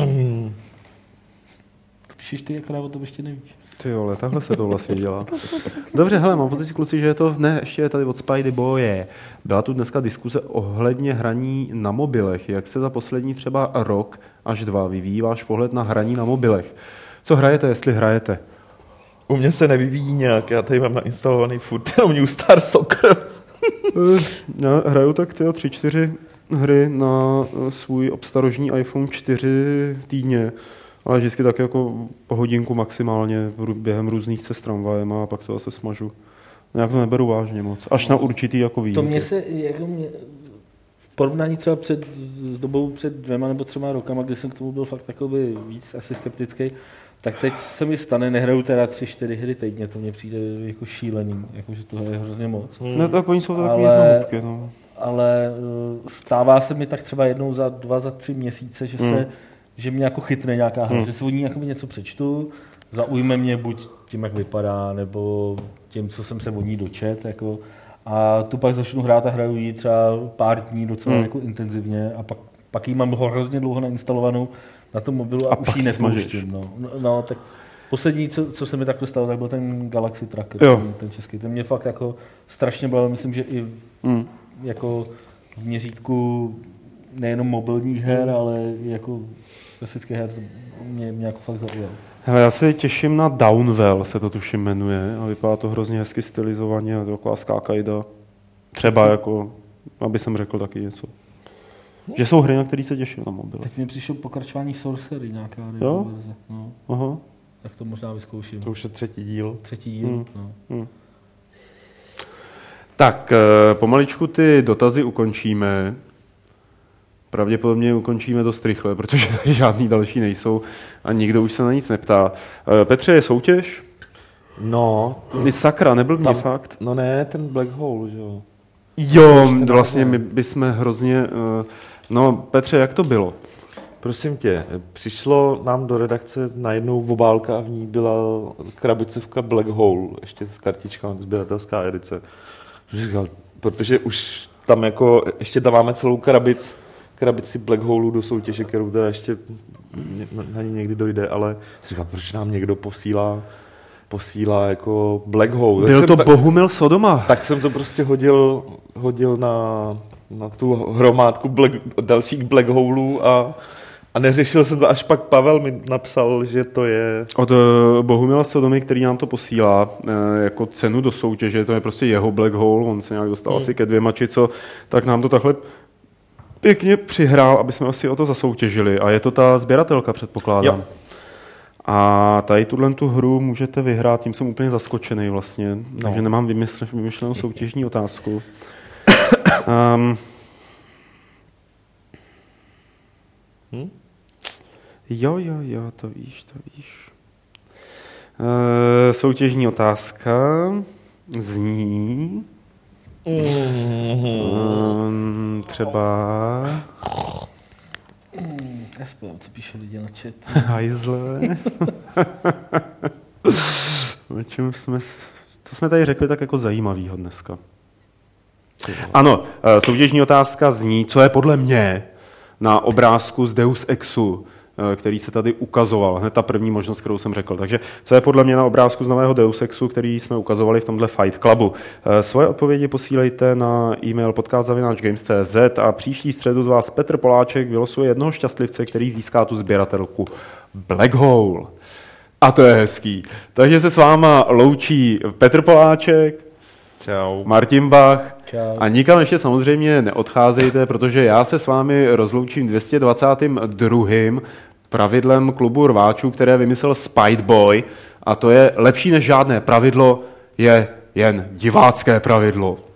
Píšeš ty, akorát o tom ještě nevíš. Ty vole, takhle se to vlastně dělá. Dobře, hele, mám pocit, kluci, že je to... Ne, ještě je tady od Spidey Boye. Byla tu dneska diskuze ohledně hraní na mobilech. Jak se za poslední třeba rok až 2 vyvíjí váš pohled na hraní na mobilech? Co hrajete, jestli hrajete? U mě se nevyvíjí nějak, já tady mám nainstalovaný furt jenom New Star Soccer. Já hraju tak 3-4 hry na svůj obstarožní iPhone 4 týdně. Ale vždycky tak jako po hodinku maximálně během různých cest tramvajem a pak to zase smažu. Nějak to neberu vážně moc. Až na určitý jako výjimky. To mě se, jako v porovnání třeba s dobou před 2 nebo 3 rokama, kdy jsem k tomu byl fakt takový víc asi skeptický, tak teď se mi stane, nehraju teda 3-4 hry týdně, to mně přijde jako šílený, jakože toho je hrozně moc. Ne, tak oni jsou takový jednohubky, no. Ale stává se mi tak třeba jednou za 2-3 měsíce, že mě jako chytne nějaká hra, že si od ní něco přečtu, zaujme mě buď tím, jak vypadá, nebo tím, co jsem se od ní dočet, jako, a tu pak začnu hrát a hraju ji třeba pár dní docela jako intenzivně a pak ji mám hrozně dlouho nainstalovanou na tom mobilu a už ji nepouštím. No, tak poslední, co se mi takhle stalo, tak byl ten Galaxy Tracker, ten český. Ten mě fakt jako strašně bavil, myslím, že i jako v měřítku nejenom mobilních her, ale jako klasické her mě jako fakt zaujal. Hele, já se těším na Downwell, se to tuším jmenuje, a vypadá to hrozně hezky stylizovaně, a to taková skákajda. Třeba jako, aby jsem řekl taky něco. Že jsou hry, na které se těším na mobile. Teď mi přišlo pokračování Sorcery, nějaká verze. No. Aha. Tak to možná vyzkouším. To už je 3. díl. 3. díl, no. Tak, pomaličku ty dotazy ukončíme. Pravděpodobně ukončíme dost rychle, protože tady žádný další nejsou a nikdo už se na nic neptá. Petře, je soutěž? No. Sakra, nebyl mě fakt? No ne, ten Black Hole, že jo. Jo, vlastně my bychom hrozně... No, Petře, jak to bylo? Prosím tě, přišlo nám do redakce najednou obálka a v ní byla krabicovka Black Hole, ještě s kartičkami, sběratelská edice. Protože už tam jako, ještě tam máme celou krabici Black Holeu do soutěže, kterou teda ještě na ní někdy dojde, ale říkám, proč nám někdo posílá jako Black Hole. Byl to Bohumil Sodoma. Tak jsem to prostě hodil na tu hromádku dalších Black Holeů a neřešil jsem to, až pak Pavel mi napsal, že to je... Od Bohumila Sodomy, který nám to posílá jako cenu do soutěže, to je prostě jeho Black Hole, on se nějak dostal asi ke 2 či co, tak nám to takhle pěkně přihrál, aby jsme asi o to zasoutěžili. A je to ta sběratelka, předpokládám. Jo. A tady tu hru můžete vyhrát, tím jsem úplně zaskočený vlastně, takže nemám vymyšlenou soutěžní otázku. Jo, to víš. Soutěžní otázka zní... třeba... Já spojím, co píše lidi na chat. Hajzle. Co jsme tady řekli tak jako zajímavýho dneska? Ano, soutěžní otázka zní, co je podle mě na obrázku z Deus Exu, který se tady ukazoval. Hned ta první možnost, kterou jsem řekl. Takže co je podle mě na obrázku z nového Deus Exu, který jsme ukazovali v tomhle Fight Clubu. Svoje odpovědi posílejte na e-mail podcast@games.cz a příští středu z vás Petr Poláček vylosuje jednoho šťastlivce, který získá tu sběratelku Black Hole. A to je hezký. Takže se s váma loučí Petr Poláček Čau. Martin Bach. Čau. A nikam ještě samozřejmě neodcházejte, protože já se s vámi rozloučím 222. pravidlem klubu rváčů, které vymyslel Spideboy, a to je lepší než žádné pravidlo, je jen divácké pravidlo.